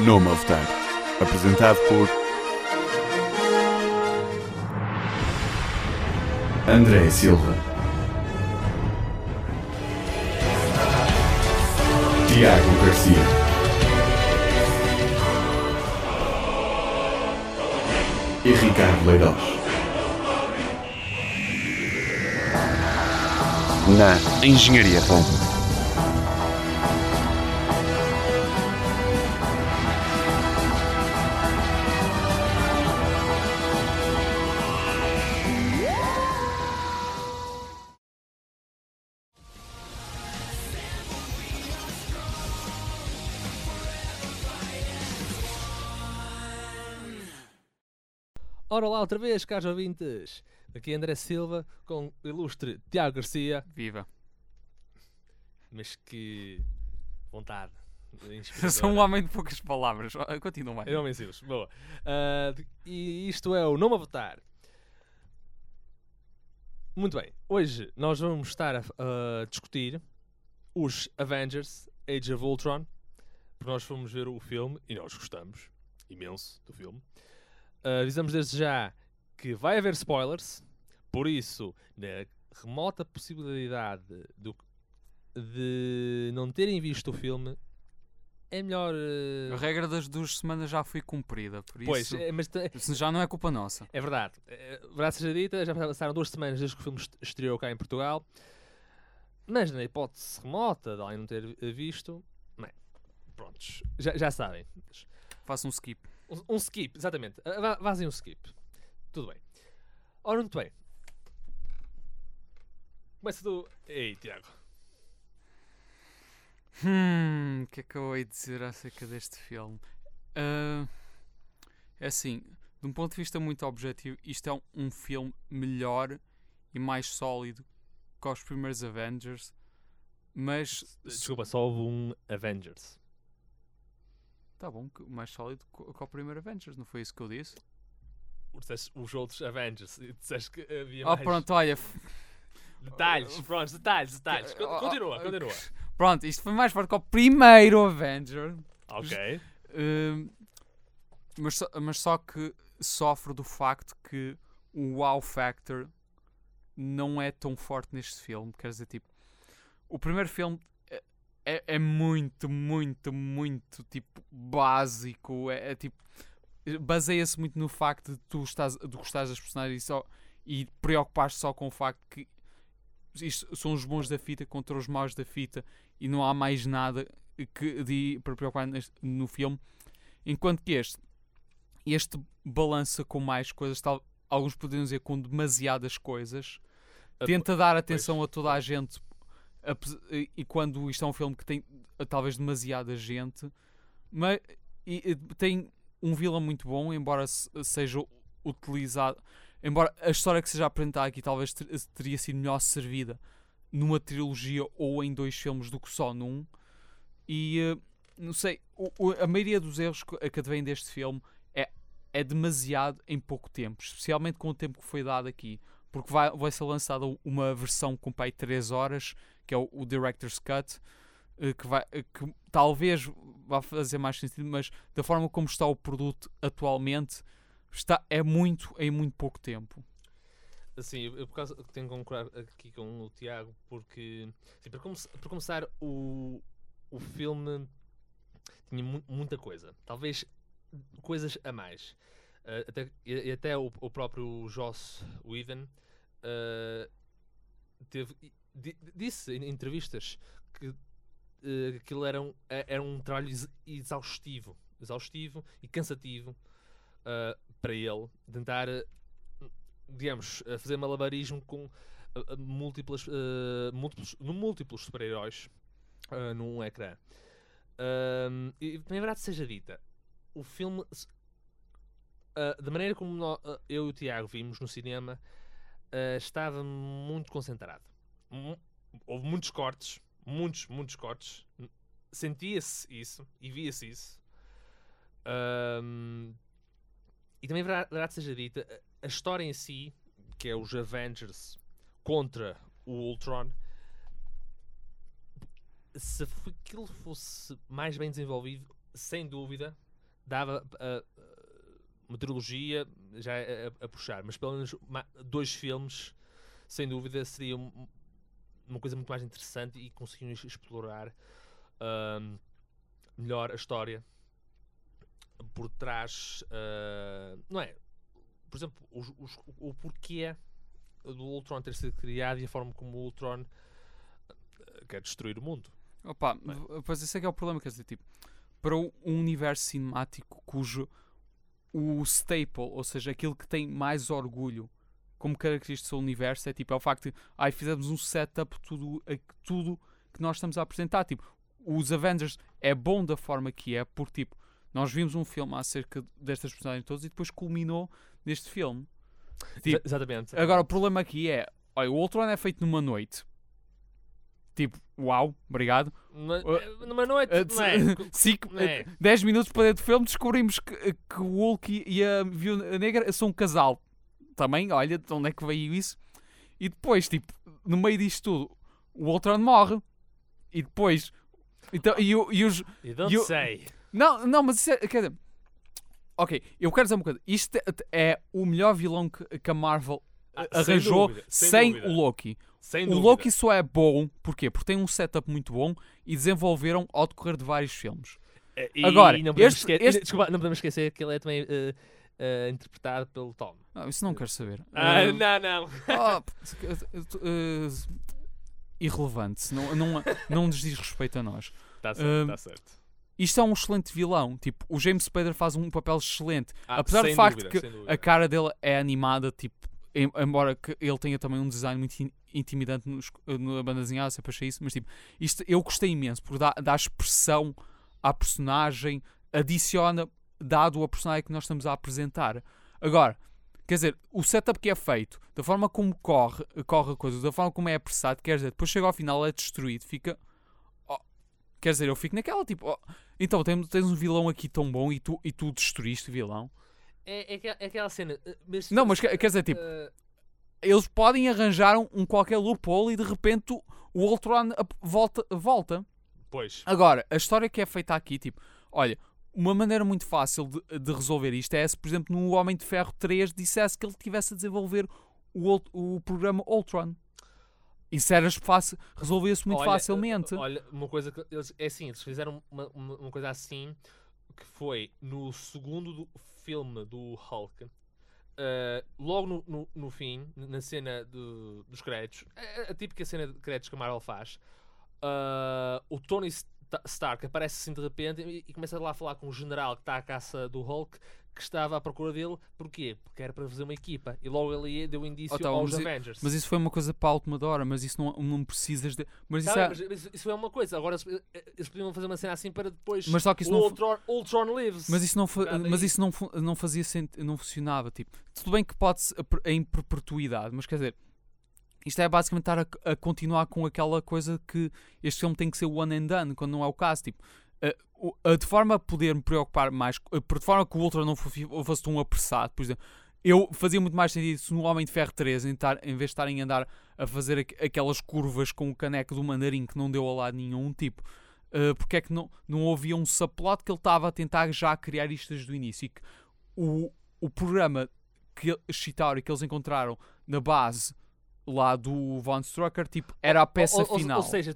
Nome a Votar. Apresentado por André Silva, Tiago Garcia, e Ricardo Leirós. Na Engenharia Roma. Ora lá outra vez, caros ouvintes. Aqui é André Silva com o ilustre Tiago Garcia. Viva! Mas que vontade Eu sou um homem de poucas palavras. Continua mais. Eu não me ensino. Boa. E isto é o Nome a Votar. Muito bem. Hoje nós vamos estar a discutir os Avengers Age of Ultron. Porque nós fomos ver o filme e nós gostamos imenso do filme. Avisamos desde já que vai haver spoilers, por isso, na remota possibilidade de não terem visto o filme, é melhor... A regra das 2 semanas já foi cumprida, por Pois, isso mas já não é culpa nossa. é verdade. Verdade seja dita, já passaram 2 semanas desde que o filme estreou cá em Portugal, mas na hipótese remota de alguém não ter visto, prontos, já sabem. Faça um skip. Um skip, exatamente. Vazem um skip. Tudo bem. Ora, muito bem. Começa do... Ei, Tiago. O que é que eu hei de dizer acerca deste filme? É assim, de um ponto de vista muito objetivo, isto é um filme melhor e mais sólido que os primeiros Avengers, mas... Desculpa, só houve um Avengers. Tá bom, mais sólido que o primeiro Avengers, não foi isso que eu disse? Disseste os outros Avengers e disseste que havia mais... Pronto, olha... Detalhes. Continua. Pronto, isto foi mais forte que o primeiro Avenger. Ok. Mas só que sofre do facto que o wow factor não é tão forte neste filme. Quer dizer, tipo, o primeiro filme é muito, tipo, básico. É tipo, baseia-se muito no facto de tu gostares das personagens e preocupar-te só com o facto que isto são os bons da fita contra os maus da fita e não há mais nada para preocupar no filme. Enquanto que este balança com mais coisas, alguns poderiam dizer com demasiadas coisas, tenta dar atenção a toda a gente, e quando isto é um filme que tem talvez demasiada gente, mas tem um vilão muito bom, embora seja utilizado, embora a história que seja apresentada aqui talvez teria sido melhor servida numa trilogia ou em 2 filmes do que só num. E não sei, a maioria dos erros que advém deste filme é demasiado em pouco tempo, especialmente com o tempo que foi dado aqui, porque vai ser lançada uma versão com 3 horas, que é o Director's Cut, que talvez vá fazer mais sentido, mas da forma como está o produto atualmente, em muito pouco tempo. Assim, eu por causa tenho que concordar aqui com o Tiago, porque assim, para começar o filme tinha muita coisa, talvez coisas a mais. Até o próprio Joss Whedon disse em entrevistas que aquilo era um trabalho exaustivo e cansativo para ele tentar, digamos, fazer malabarismo com múltiplos super-heróis num ecrã. E também verdade seja dita, o filme, da maneira como eu e o Tiago vimos no cinema, estava muito concentrado. Houve muitos cortes, muitos cortes. Sentia-se isso e via-se isso. E também verdade seja dita, a história em si, que é os Avengers contra o Ultron, se aquilo fosse mais bem desenvolvido, sem dúvida, dava uma trilogia já a puxar, mas pelo menos 2 filmes, sem dúvida, seria uma coisa muito mais interessante e conseguiam explorar melhor a história por trás, não é? Por exemplo, o porquê do Ultron ter sido criado e a forma como o Ultron quer destruir o mundo. Opa, pois esse é que é o problema, quer dizer, tipo, para um universo cinemático cujo o staple, ou seja, aquilo que tem mais orgulho como característica do universo é tipo, é o facto de fizemos um setup tudo que nós estamos a apresentar, tipo, os Avengers é bom da forma que é, porque tipo, nós vimos um filme acerca destas personagens todas e depois culminou neste filme. Tipo, exatamente. Agora o problema aqui é, olha, o Ultron é feito numa noite. Tipo, uau, obrigado. Numa noite, não é? 10 minutos para dentro do filme descobrimos que o Hulk e a Viúva Negra são um casal. Também, olha, de onde é que veio isso? E depois, tipo, no meio disto tudo, o Ultron morre. E depois... Então, sei. Não, mas isso é... Quer dizer... Ok, eu quero dizer uma coisa. Isto é o melhor vilão que a Marvel arranjou sem o Loki. O Loki só é bom, porquê? Porque tem um setup muito bom e desenvolveram ao decorrer de vários filmes. Agora, não desculpa, não podemos esquecer que ele é também interpretado pelo Tom. Não, isso não quero saber. Não. Irrelevante. Não nos diz respeito a nós. Está certo. Isto é um excelente vilão. Tipo, o James Spader faz um papel excelente. Apesar do facto que a cara dele é animada, tipo, embora que ele tenha também um design muito intimidante na banda desenhada, sempre achei isso, mas tipo, isto eu gostei imenso, porque dá expressão à personagem, adiciona, dado a personagem que nós estamos a apresentar. Agora, quer dizer, o setup que é feito, da forma como corre a coisa, da forma como é apressado, quer dizer, depois chega ao final, é destruído, fica... Quer dizer, eu fico naquela, tipo... então, tens um vilão aqui tão bom e tu destruíste o vilão. É aquela cena... Não, mas quer dizer, tipo... Eles podem arranjar qualquer loophole e de repente o Ultron volta. Pois. Agora, a história que é feita aqui, tipo... Olha, uma maneira muito fácil de resolver isto é se, por exemplo, no Homem de Ferro 3 dissesse que ele estivesse a desenvolver o programa Ultron. Isso era fácil, resolvia-se muito facilmente. Olha, uma coisa que eles fizeram uma coisa assim, que foi no segundo filme do Hulk, logo no fim, na cena dos créditos, a típica cena de créditos que a Marvel faz, o Tony Stark aparece assim de repente e começa lá a falar com o general que está à caça do Hulk, que estava à procura dele. Porquê? Porque era para fazer uma equipa. E logo ali deu indício aos Avengers. Mas isso foi uma coisa para a última hora. Mas isso não precisas de... Mas isso é uma coisa. Agora eles podiam fazer uma cena assim para depois... Mas só que isso Ultron lives. Mas isso não fazia sentido. Não funcionava. Tipo, tudo bem que pode-se em perpetuidade. Mas quer dizer... Isto é basicamente estar a continuar com aquela coisa que este filme tem que ser one and done. Quando não é o caso. Tipo... de forma a poder me preocupar mais, de forma que o Ultron não fosse tão apressado, por exemplo, eu fazia muito mais sentido se no Homem de Ferro 3, em vez de estarem a andar a fazer aquelas curvas com o caneco do mandarim que não deu a lado nenhum, tipo, porque é que não havia um subplot que ele estava a tentar já criar isto desde o início, e que o programa Chitauri que eles encontraram na base lá do Von Strucker, tipo, era a peça final. Ou seja,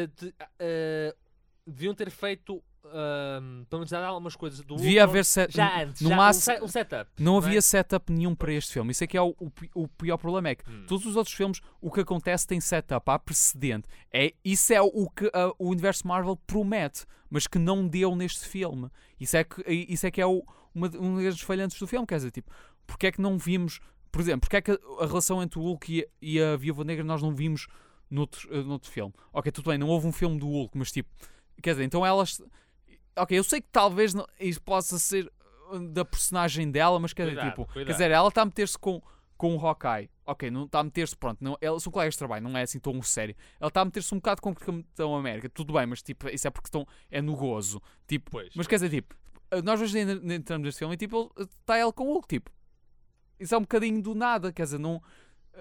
deviam ter feito pelo menos dar algumas coisas do devia haver já antes, um setup. Não havia setup nenhum para este filme. Isso é que é o pior problema, é que todos os outros filmes, o que acontece tem setup, há precedente. Isso é o que o universo Marvel promete, mas que não deu neste filme. Isso é que é um dos falhantes do filme, quer dizer, tipo, porque é que não vimos, por exemplo, porque é que a relação entre o Hulk e a Viúva Negra nós não vimos noutro filme? Ok, tudo bem, não houve um filme do Hulk, mas tipo, quer dizer, então elas... Ok, eu sei que talvez isso possa ser da personagem dela, mas quer dizer, ela está a meter-se com o Hawkeye. Ok, não está a meter-se, pronto, elas são colegas de trabalho, não é assim tão sério. Ela está a meter-se um bocado com o Capitão América, tudo bem, mas tipo, isso é porque é no gozo. Tipo, mas quer dizer, tipo, nós hoje entramos neste filme e tipo, está ela com o Hulk, tipo, isso é um bocadinho do nada, quer dizer, não...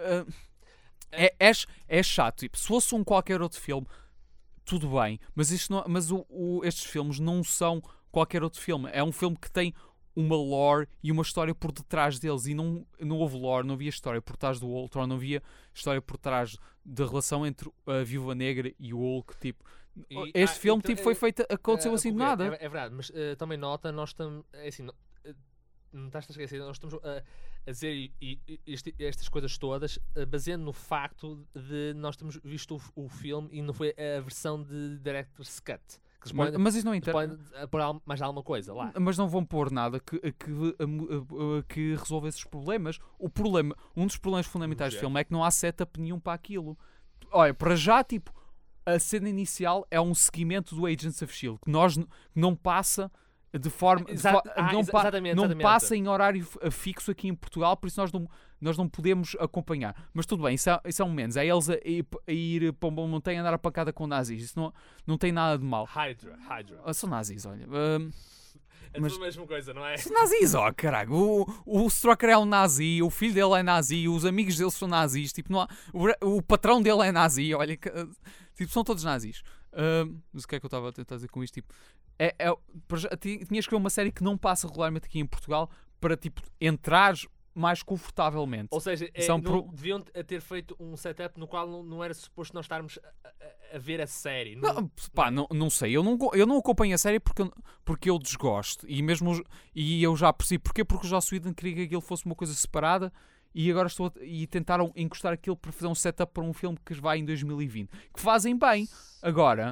é chato, tipo, se fosse qualquer outro filme... Tudo bem, mas estes filmes não são qualquer outro filme. É um filme que tem uma lore e uma história por detrás deles, e não houve lore, não havia história por trás do Ultron, não havia história por trás da relação entre a Viúva Negra e o Hulk, tipo, este filme então, tipo, foi feito, aconteceu assim de nada. É verdade, mas também nota, nós estamos, assim, não estás a esquecer, nós estamos a dizer estas coisas todas baseando no facto de nós termos visto o filme e não foi a versão de Director's Cut. Mas isso não podem pôr mais alguma coisa lá. Mas não vão pôr nada que resolva esses problemas. Um dos problemas fundamentais do filme é que não há setup nenhum para aquilo. Olha, para já, tipo, a cena inicial é um seguimento do Agents of S.H.I.E.L.D. que não passa de forma... não passa em horário fixo aqui em Portugal, por isso nós não podemos acompanhar. Mas tudo bem, isso é um menos. É eles a ir para uma montanha andar a pancada com nazis. Isso não tem nada de mal. Hydra. São nazis, olha. É tudo a mesma coisa, não é? São nazis, caralho. O Strucker é um nazi, o filho dele é nazi, os amigos dele são nazis. Tipo, não há, o patrão dele é nazi, olha. Tipo, são todos nazis. Mas o que é que eu estava a tentar dizer com isto? Tipo, tinhas que ver uma série que não passa regularmente aqui em Portugal para, tipo, entrares mais confortavelmente. Ou seja, deviam ter feito um setup no qual não era suposto nós estarmos a ver a série. Não sei. Eu não acompanho a série porque eu desgosto. E eu já percebi porquê. Porque o Joss Whedon queria que aquilo fosse uma coisa separada e agora tentaram encostar aquilo para fazer um setup para um filme que vai em 2020. Que fazem bem. Agora,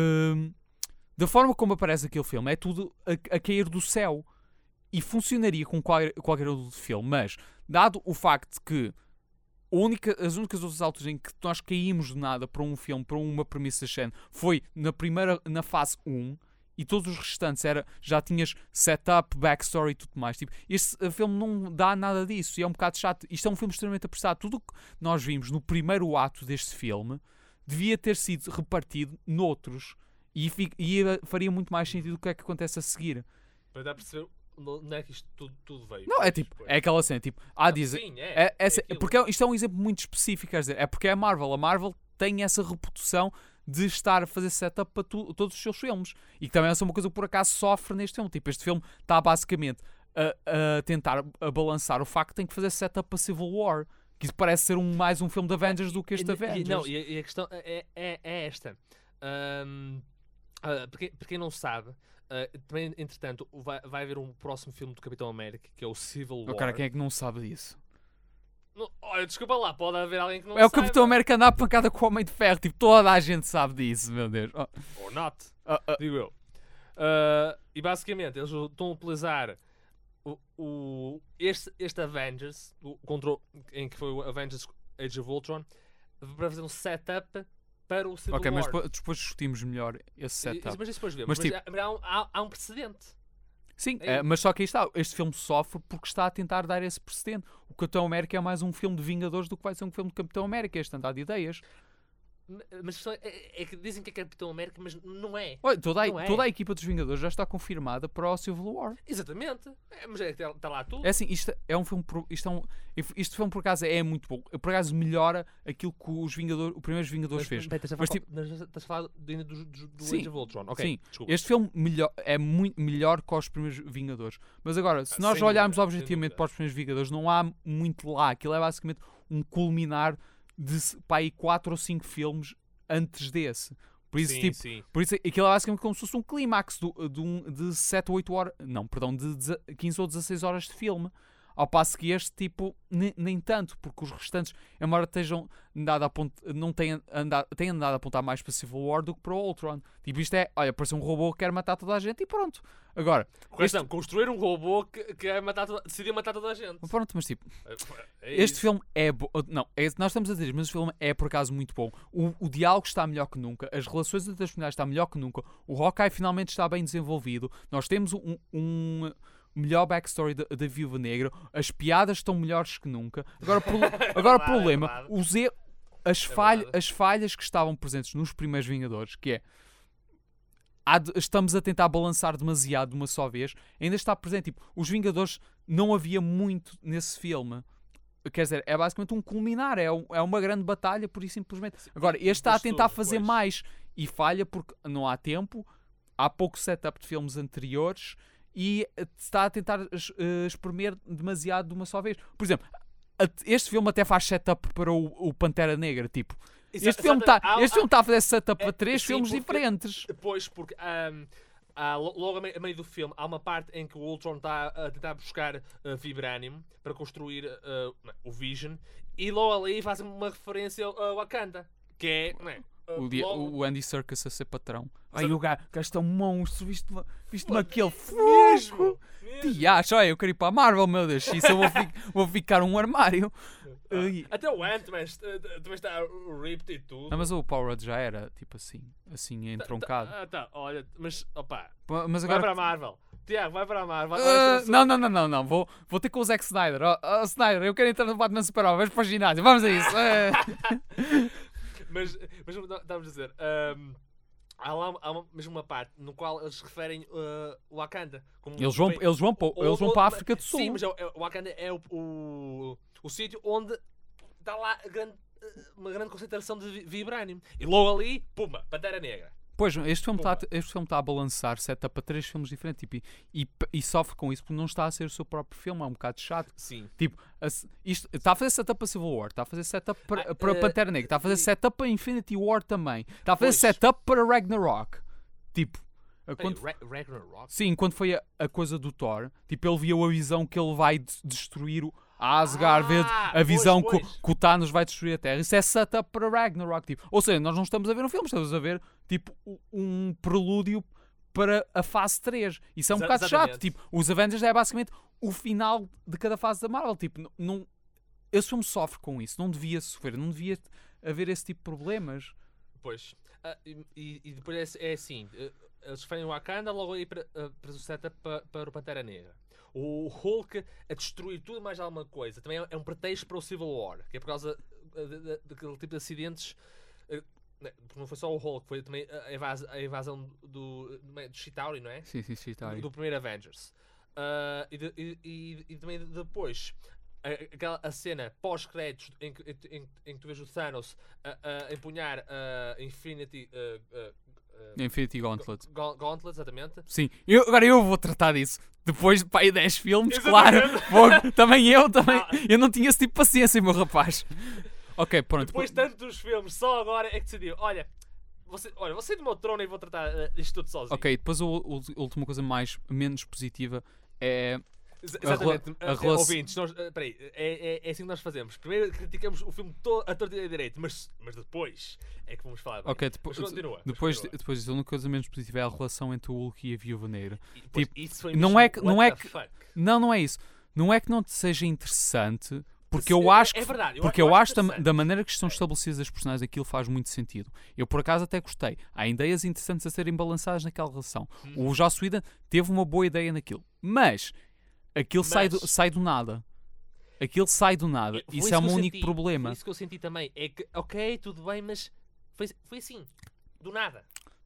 da forma como aparece aquele filme, é tudo a cair do céu. E funcionaria com qualquer outro filme, mas dado o facto de que as únicas outras alturas em que nós caímos de nada para um filme, para uma premissa género, foi na fase 1, e todos os restantes já tinhas setup, backstory e tudo mais. Tipo, este filme não dá nada disso e é um bocado chato. Isto é um filme extremamente apressado. Tudo o que nós vimos no primeiro ato deste filme devia ter sido repartido noutros e faria muito mais sentido o que é que acontece a seguir. Para dar a perceber onde é que isto tudo veio. Não, é tipo, é aquela cena, tipo, porque isto é um exemplo muito específico, quer dizer, é porque é a Marvel tem essa reputação de estar a fazer setup para todos os seus filmes, e que também é uma coisa que por acaso sofre neste filme. Tipo, este filme está basicamente a tentar balançar o facto que tem que fazer setup para Civil War, que isso parece ser mais um filme de Avengers do que este Avengers. Não, e a questão é esta. Para quem não sabe, também, entretanto, vai haver um próximo filme do Capitão América, que é o Civil War. Cara, quem é que não sabe disso? Olha, desculpa lá, pode haver alguém que não saiba. É o Capitão América andar pancada com o Homem de Ferro. Tipo, toda a gente sabe disso, meu Deus. Or not, digo eu. E basicamente, eles estão a utilizar este Avengers, em que foi o Avengers Age of Ultron, para fazer um setup para o Civil War. Mas depois discutimos melhor esse setup. Mas depois vemos. Mas há um precedente. Sim, mas só que aí está. Este filme sofre porque está a tentar dar esse precedente. O Capitão América é mais um filme de Vingadores do que vai ser um filme de Capitão América. Este andar de ideias. Mas é que dizem que é Capitão América, mas não é. Olha, toda a equipa dos Vingadores já está confirmada para o Civil War. Exatamente. Mas está lá tudo. É assim, isto é um filme. Este filme, por acaso, é muito bom. Por acaso, melhora aquilo que o primeiro Vingadores fez. Estás a falar do Age of Ultron. Okay, sim, desculpa. Este filme é muito melhor que os primeiros Vingadores. Mas agora, se nós olharmos objetivamente para os primeiros Vingadores, não há muito lá. Aquilo é basicamente um culminar de para aí 4 ou 5 filmes antes desse. Por isso, por isso aquilo é basicamente como se fosse um clímax de 7 ou 8 horas. Não, perdão, de 15 ou 16 horas de filme. Ao passo que este, tipo, nem tanto, porque os restantes, embora tenham tenham andado a apontar mais para Civil War do que para o Ultron. Tipo, isto é, olha, parece um robô que quer matar toda a gente e pronto. Agora, construir um robô que quer decidir matar toda a gente. Pronto, mas tipo, este filme é bom. Não, nós estamos a dizer, mas este filme é por acaso muito bom. O diálogo está melhor que nunca, as relações entre as personagens está melhor que nunca, o Hawkeye finalmente está bem desenvolvido, nós temos um melhor backstory da Viúva Negra, as piadas estão melhores que nunca. Agora o problema, as falhas que estavam presentes nos primeiros Vingadores, que é estamos a tentar balançar demasiado de uma só vez, ainda está presente. Tipo, os Vingadores não havia muito nesse filme. Quer dizer, é basicamente um culminar, é uma grande batalha, por isso simplesmente. Agora, este está a tentar fazer mais e falha porque não há tempo há pouco setup de filmes anteriores e está a tentar espremer demasiado de uma só vez. Por exemplo, este filme até faz setup para o Pantera Negra, tipo. Este filme está a fazer setup para 3 filmes diferentes. Depois, porque logo a meio do filme há uma parte em que o Ultron está a tentar buscar Vibranium para construir o Vision, e logo ali fazem uma referência a Wakanda, que é... O Andy Serkis a ser patrão. Ai, o gajo é um monstro, viste-me aquele Mesmo! Tiacho, olha, eu quero ir para a Marvel, meu Deus, isso eu vou ficar um armário. Até o Ant-Man também está ripped e tudo. Não, mas o Power Rangers já era, tipo assim entroncado. Olha, mas opá, Mas vai agora... para a Marvel. Tiago, vai para a Marvel. Não, vou ter com o Zack Snyder. Snyder, eu quero entrar no Batman Super-Homem, vamos para o ginásio, vamos a isso. Mas estávamos a dizer, há mesmo uma parte no qual eles referem o Wakanda. Eles vão para a África do Sul. Sim, mas o Wakanda é o sítio onde está lá uma grande concentração de Vibranium. E logo ali, pumba, Pantera Negra. Pois, este filme está a balançar setup para 3 filmes diferentes, tipo, e sofre com isso porque não está a ser o seu próprio filme, é um bocado chato. Sim. Tipo, isto está a fazer setup para Civil War, está a fazer setup para Pantera Negra, está a fazer setup para Infinity War também, está a fazer setup para Ragnarok. Tipo, Ragnarok? Sim, quando foi a coisa do Thor, tipo, ele viu a visão que ele vai destruir a Asgard, a visão que o Thanos vai destruir a Terra. Isso é setup para Ragnarok. Tipo. Ou seja, nós não estamos a ver um filme, estamos a ver tipo um prelúdio para a fase 3. Isso é um bocado chato. Tipo, os Avengers é basicamente o final de cada fase da Marvel. Tipo, esse filme sofre com isso. Não devia sofrer, não devia haver esse tipo de problemas. Pois. E depois é assim, eles fazem o Wakanda, logo aí para o setup para o Pantera Negra. O Hulk a destruir tudo e mais alguma coisa também é um pretexto para o Civil War, que é por causa daquele tipo de acidentes. Porque não foi só o Hulk, foi também a invasão do Chitauri, não é? Sim, Chitauri. Do primeiro Avengers. E também depois a cena pós-créditos em que tu vês o Thanos a empunhar Infinity Gauntlet. Gauntlet, exatamente. Sim, agora eu vou tratar disso. Depois de 10 filmes, exatamente. Claro. Também. Eu não tinha esse tipo de paciência, meu rapaz. Ok, pronto. Depois de tantos filmes, só agora é que decidiu. Olha, você do meu trono e vou tratar isto tudo sozinho. Ok, depois a última coisa menos positiva é... Exatamente, ouvintes, é assim que nós fazemos. Primeiro criticamos o filme todo a torta e direito, mas depois é que vamos falar bem. Ok, depois a única coisa menos positiva é a relação entre o Hulk e a Viúva Negra. Tipo, isso foi não é que não é isso. Não é que não te seja interessante, porque eu acho que, da maneira que estão estabelecidas as personagens, aquilo faz muito sentido. Eu por acaso até gostei. Há ideias interessantes a serem balançadas naquela relação. O Joss Whedon teve uma boa ideia naquilo, mas aquilo sai do nada. Aquilo sai do nada. Isso é um único problema. Isso que eu senti também é que, ok, tudo bem, mas foi assim, do nada.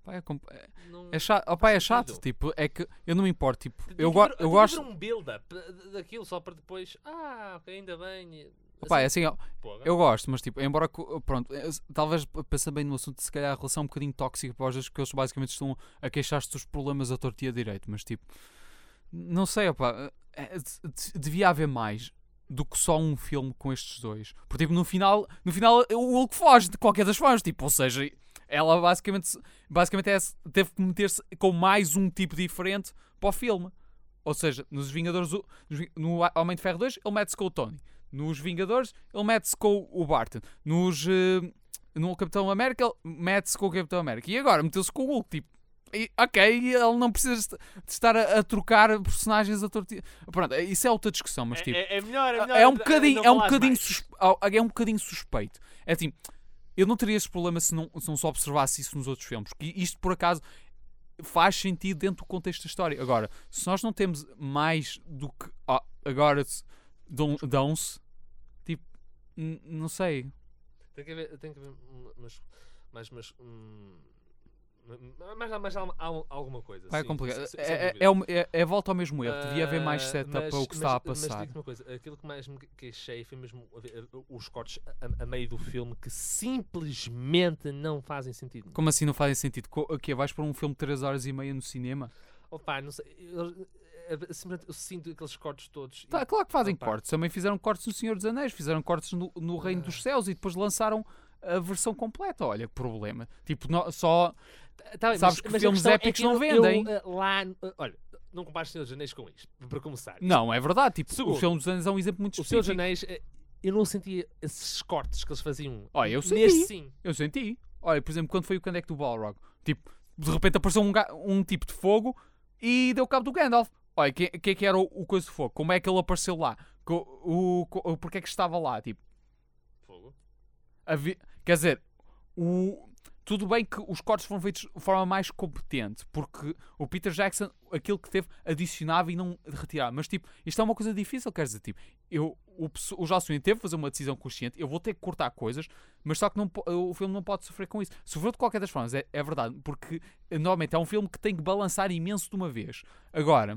É chato. É chato, tipo, é que eu não me importo, tipo, eu gosto um build-up daquilo só para depois, ok, ainda bem. Assim, eu gosto, mas tipo, embora, pronto, talvez pensando bem no assunto, se calhar a relação é um bocadinho tóxica para os dois, porque eles basicamente estão a queixar-se dos problemas à torta e à direito, mas tipo, não sei, devia haver mais do que só um filme com estes dois. Porque tipo, no final o Hulk foge de qualquer das formas, tipo, ou seja, ela basicamente teve que meter-se com mais um tipo diferente para o filme. Ou seja, nos Vingadores, no Homem de Ferro 2, ele mete-se com o Tony. Nos Vingadores, ele mete-se com o Barton. No Capitão América, ele mete-se com o Capitão América. E agora, meteu-se com o Hulk, tipo, ele não precisa de estar a trocar personagens a tortilha. Pronto, isso é outra discussão, mas tipo... É melhor. É um bocadinho suspeito. É assim, eu não teria esse problema se não só observasse isso nos outros filmes. Porque isto, por acaso, faz sentido dentro do contexto da história. Agora, se nós não temos mais do que... agora, dão-se... Tipo, não sei. Tem que haver Mas há alguma coisa. Vai sim, complicar. sem É volta ao mesmo erro. Devia haver mais setup para o que está a Mas passar. digo-te uma coisa, aquilo que mais me queixei foi mesmo os cortes a meio do filme que simplesmente não fazem sentido. Como assim não fazem sentido? O quê? Vais para um filme de 3 horas e meia no cinema? Opa, não sei, simplesmente eu sinto aqueles cortes todos. Tá, claro que fazem Opa. cortes. Também fizeram cortes no Senhor dos Anéis, fizeram cortes no Reino dos Céus e depois lançaram a versão completa. Olha que problema. Tipo, só... Tá bem, Sabes que filmes épicos não vendem. Olha, não compares Senhor dos Anéis com isto, para começar. Não, é verdade. Tipo, Segundo, o filme dos Anéis é um exemplo muito O Senhor dos específico. Anéis, eu não sentia esses cortes que eles faziam. Olha, eu senti. Neste sim. Eu senti. Olha, por exemplo, quando foi o Caneco do Balrog. Tipo, de repente apareceu um tipo de fogo e deu cabo do Gandalf. Olha, quem é que era o coisa de fogo? Como é que ele apareceu lá? Porque é que estava lá? Tipo, Fogo. Quer dizer, tudo bem que os cortes foram feitos de forma mais competente, porque o Peter Jackson, aquilo que teve, adicionava e não retirava. Mas, tipo, isto é uma coisa difícil, quer dizer, tipo, o Joss Whedon teve de fazer uma decisão consciente, eu vou ter que cortar coisas, mas só que o filme não pode sofrer com isso. Sofreu de qualquer das formas, é verdade, porque normalmente é um filme que tem que balançar imenso de uma vez. Agora,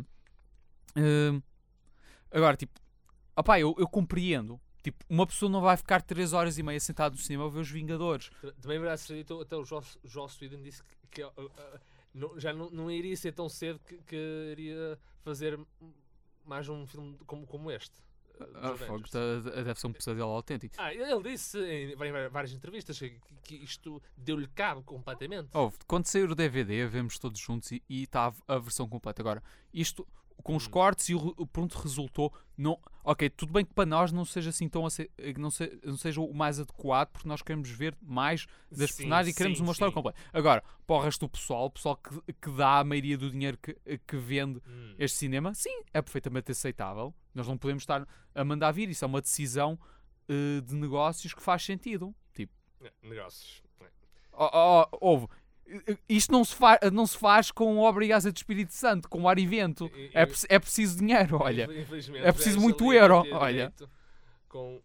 tipo, opá, eu compreendo. Tipo, uma pessoa não vai ficar 3 horas e meia sentado no cinema a ver os Vingadores. Também verá ser dito, até o Joss Whedon disse que já não iria ser tão cedo que iria fazer mais um filme como este. Deve ser um pesadelo autêntico. Ele disse em várias entrevistas que isto deu-lhe cabo completamente. Quando sair o DVD, vemos todos juntos e está a versão completa. Agora, isto com os cortes e o pronto resultou. Não, ok, tudo bem que para nós não seja assim tão não seja o mais adequado, porque nós queremos ver mais das personagens e queremos uma história completa. Agora, para o resto do pessoal, que dá a maioria do dinheiro que vende este cinema, sim, é perfeitamente aceitável. Nós não podemos estar a mandar vir. Isso é uma decisão de negócios que faz sentido. Tipo, negócios. Houve. Isto não se faz com obra e asa do Espírito Santo, com ar e vento. É preciso dinheiro, olha. É preciso muito euro, olha. Com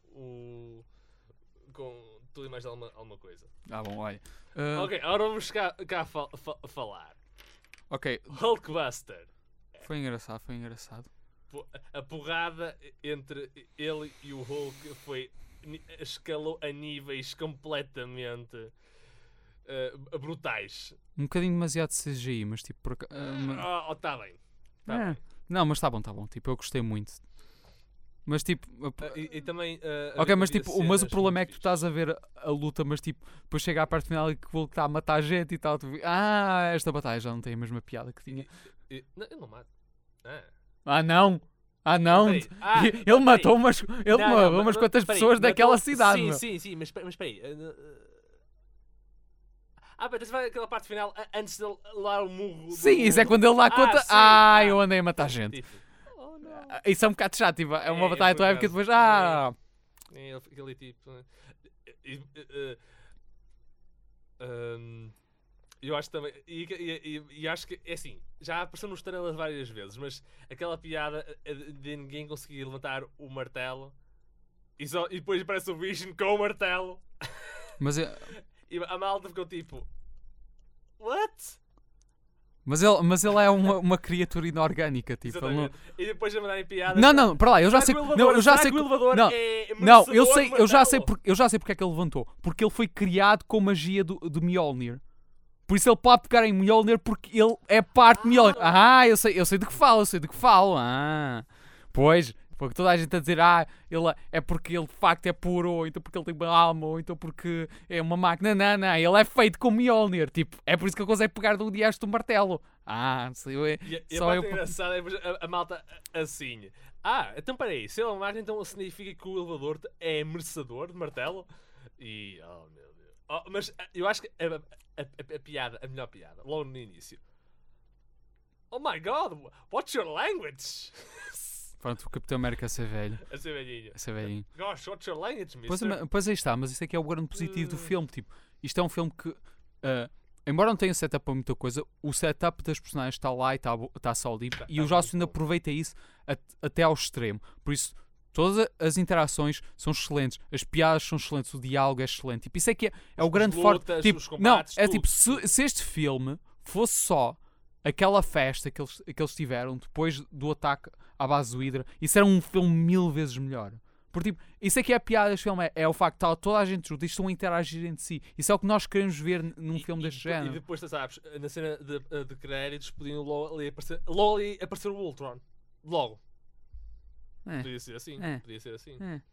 tudo e mais alguma coisa. Bom, olha. Ok, agora vamos cá falar. Ok. Hulkbuster. Foi engraçado. A porrada entre ele e o Hulk escalou a níveis completamente brutais. Um bocadinho demasiado CGI, mas tipo... Tá bem. Não, mas tá bom. Tipo, eu gostei muito. Mas tipo... E também... ok, mas tipo... Mas o problema é que tu estás a ver a luta, mas tipo... Depois chega à parte final e que o Hulk está a matar a gente e tal. Tu... esta batalha já não tem a mesma piada que tinha. Não, ele não mata. Não! Ele matou umas quantas pessoas daquela cidade. Sim, mas espera aí. Mas vai aquela parte final antes de ele lá o murro. Sim, isso é quando ele dá conta. Sim. Eu andei a matar gente. Não. Isso é um bocado chato. Tipo, é uma batalha tão épica e depois. Aquele tipo. Eu acho também. E acho que é assim. Já apareceu nos trailers várias vezes, mas aquela piada de ninguém conseguir levantar o martelo e depois aparece o Vision com o martelo. Mas E a malta ficou tipo... What? Mas ele é uma criatura inorgânica, tipo. E depois a mandarem piadas... Não, para lá, eu já sei... Eu já sei porque é que ele levantou. Porque ele foi criado com magia de Mjolnir. Por isso ele pode pegar em Mjolnir porque ele é parte de Mjolnir. Eu sei de que falo. Pois... Porque toda a gente a dizer, ele é porque ele de facto é puro, ou então porque ele tem uma alma, ou então porque é uma máquina. Não, ele é feito com Mjolnir. Tipo, é por isso que ele consegue pegar do diasto do martelo. E a parte engraçada é a malta assim. Então peraí, se ele é uma máquina, então significa que o elevador é merecedor de martelo? E, meu Deus. Mas eu acho que a melhor piada, logo no início. Oh my God, what's your language? Pronto, o Capitão América a ser velho. A ser velhinho. Gosh, what's your language, mister? Pois aí está, mas isso é que é o grande positivo do filme. Tipo, isto é um filme que, embora não tenha setup para muita coisa, o setup das personagens está lá e está sólido. E o Joss Whedon aproveita isso até ao extremo. Por isso, Todas as interações são excelentes, as piadas são excelentes, o diálogo é excelente. Tipo, isso é que é o As grande lutas, forte. Tipo, os combates, não, é tudo, tipo, se este filme fosse só aquela festa que eles tiveram depois do ataque à base do Hydra, isso era um filme 1000 vezes melhor. Porque, tipo, isso é que é a piada deste filme, é o facto de toda a gente junto, estão a interagir entre si. Isso é o que nós queremos ver num filme deste E género. depois, tu sabes, na cena de créditos podiam logo ali aparecer o Ultron. Logo. É. Podia ser assim. É. Podia ser assim. É.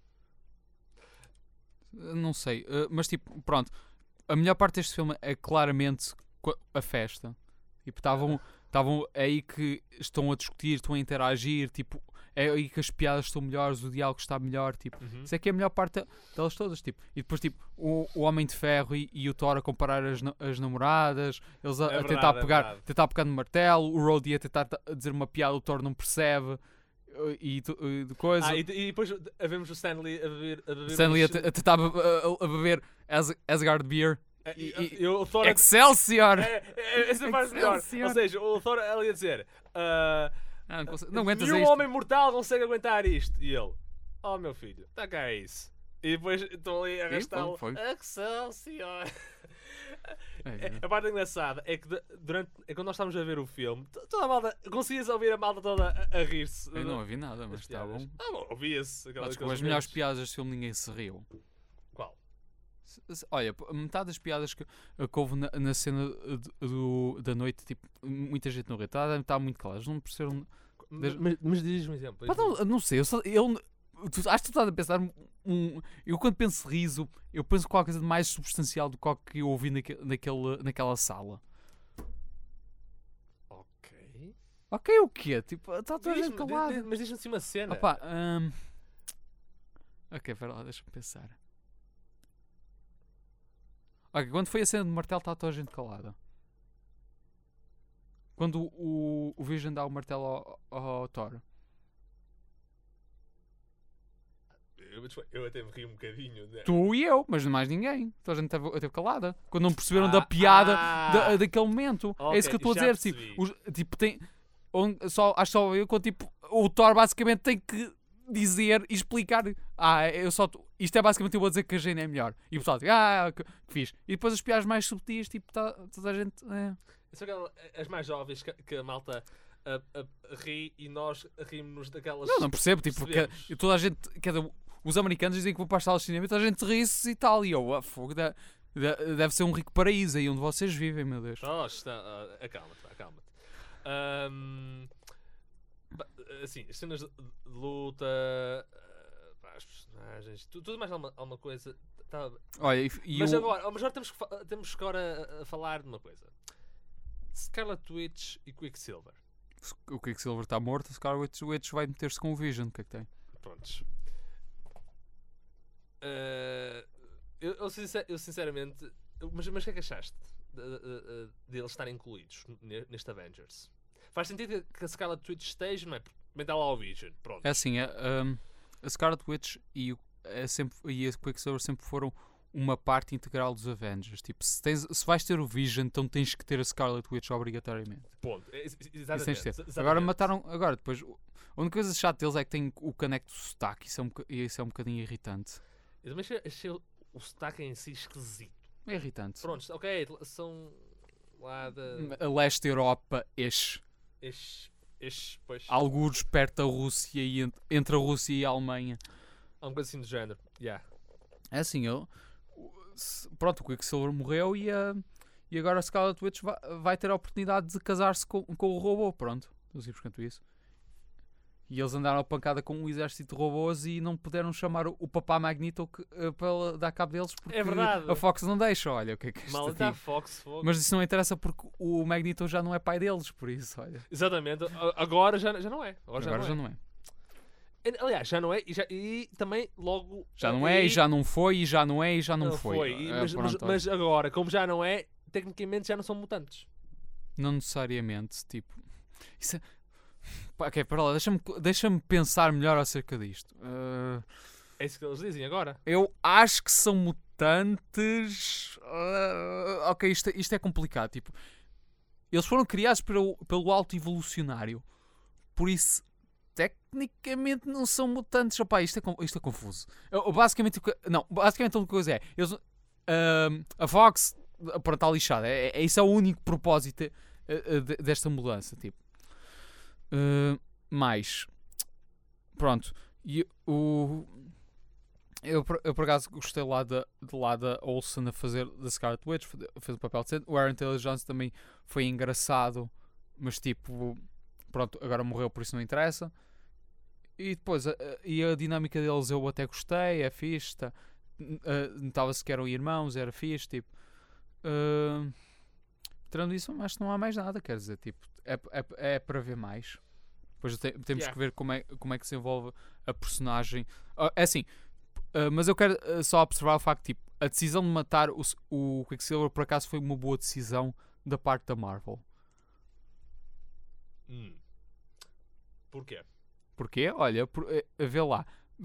Não sei, mas tipo, pronto. A melhor parte deste filme é claramente a festa. Tipo, estavam aí que estão a discutir, estão a interagir, tipo, é aí que as piadas estão melhores, o diálogo está melhor, tipo, isso é que é a melhor parte delas todas, tipo. E depois, tipo, o Homem de Ferro e o Thor a comparar as namoradas, eles a verdade, tentar, é pegar, verdade. tentar pegar no martelo, o Rhodey a tentar dizer uma piada, o Thor não percebe, e de coisa. E depois vemos o Stanley a beber. Stanley a tentar a beber Asgard Beer. E o Thor Excelsior! essa parte melhor. Excelsior. Ou seja, o Thor ali a dizer: Não aguentas nenhum isto. homem mortal consegue aguentar isto. E ele: Oh meu filho, está cá isso. E depois estão ali a arrastá-lo. foi. Excelsior! A parte engraçada é que quando nós estávamos a ver o filme, toda a malta, conseguias ouvir a malta toda a rir-se. Eu não ouvi nada, mas das está piadas. bom. Bom, ouvia-se. Acho que as melhores piadas deste filme ninguém se riu. Qual? Olha, metade das piadas que houve na cena da noite, tipo, muita gente não riu. Está muito claro. Eles não perceberam. Mas diz-me um exemplo. Pá, não sei, acho que tu estás a pensar. Eu quando penso riso, eu penso em qualquer coisa de mais substancial do que eu ouvi naquela sala. Ok. Ok, o quê? Tipo, está toda a gente calada. Mas diz-me assim uma cena. Opa, ok, pera lá, deixa-me pensar. Ok, quando foi a cena do martelo, está toda a gente calada. Quando o Vision dá o martelo ao Thor. Eu até me ri um bocadinho. Né? Tu e eu, mas mais ninguém. Toda a gente esteve calada. Quando não perceberam da piada daquele momento. Ok, É isso que eu estou a já dizer. percebi. Tipo, tem. Acho só eu quando tipo. O Thor basicamente tem que dizer e explicar. Isto é basicamente eu vou dizer que a Jane é melhor. E o pessoal diz, que fixe. E depois as piadas mais subtis, tipo, toda a gente. São as mais óbvias que a malta ri e nós rimos-nos daquelas. Não percebo, tipo, porque toda a gente. Os americanos dizem que vão para as salas de cinema e toda a gente ri-se e tal. E eu, fogo, deve ser um rico paraíso aí onde vocês vivem, meu Deus. Acalma-te. Assim, as cenas de luta, as personagens, tudo mais alguma coisa. Olha, Mas agora temos que agora a falar de uma coisa. Scarlet Witch e Quicksilver. O Quicksilver está morto, o Scarlet Witch vai meter-se com o Vision. O que é que tem? Prontos. Eu sinceramente. Mas o que é que achaste de eles estarem incluídos neste Avengers? Faz sentido que a Scarlet Witch esteja, não é? Bem, está lá ao Vision. Pronto. É assim, a Scarlet Witch e a Quicksilver sempre foram uma parte integral dos Avengers. Tipo, se vais ter o Vision, então tens que ter a Scarlet Witch obrigatoriamente. Ponto. Exatamente. Agora mataram. Agora, depois, a única coisa chata deles é que tem o caneco do sotaque. Isso é um bocadinho irritante. Eu também achei o sotaque em si esquisito. É irritante. Pronto, ok, são lá da. A leste Europa, Pois. algures perto da Rússia e entre a Rússia e a Alemanha. Há um coisa assim do género. Yeah. É assim, pronto, o Quicksilver morreu e agora a Scarlet Witch vai ter a oportunidade de casar-se com o robô. Pronto, não sei quanto isso. E eles andaram a pancada com um exército de robôs e não puderam chamar o papá Magneto para dar cabo deles porque É verdade. a Fox não deixa. Olha, o que é que Mal está a Fox. Mas isso não interessa porque o Magneto já não é pai deles, por isso, olha. Exatamente. Agora já não é. Agora já não é. Aliás, já não é e também logo. Já não é, e já não foi, e já não é, e já não foi. Mas agora, como já não é, tecnicamente já não são mutantes. Não necessariamente, tipo. Isso é... Ok, para lá, deixa-me pensar melhor acerca disto. É isso que eles dizem agora. Eu acho que são mutantes. Ok, isto é complicado. Tipo, eles foram criados pelo alto evolucionário. Por isso, tecnicamente não são mutantes. Opa, isto é confuso. Basicamente, basicamente a única coisa é... a Fox, pronto, está lixada. Isso é o único propósito desta mudança. Tipo. Mas... Pronto. Eu por acaso gostei lá da Olsen a fazer da Scarlet Witch, fez o papel decente. O Aaron Taylor-Johnson também foi engraçado, mas tipo, pronto, agora morreu, por isso não interessa. E depois, e a dinâmica deles eu até gostei, é fixe, notava-se que eram irmãos, era fixe, tipo. Tirando isso, acho que não há mais nada, quer dizer, tipo, é para ver mais. Depois temos que ver como é que se envolve a personagem. É assim, mas eu quero só observar o facto, tipo, a decisão de matar o Quicksilver por acaso foi uma boa decisão da parte da Marvel. Porquê? Porquê? Olha, vê lá.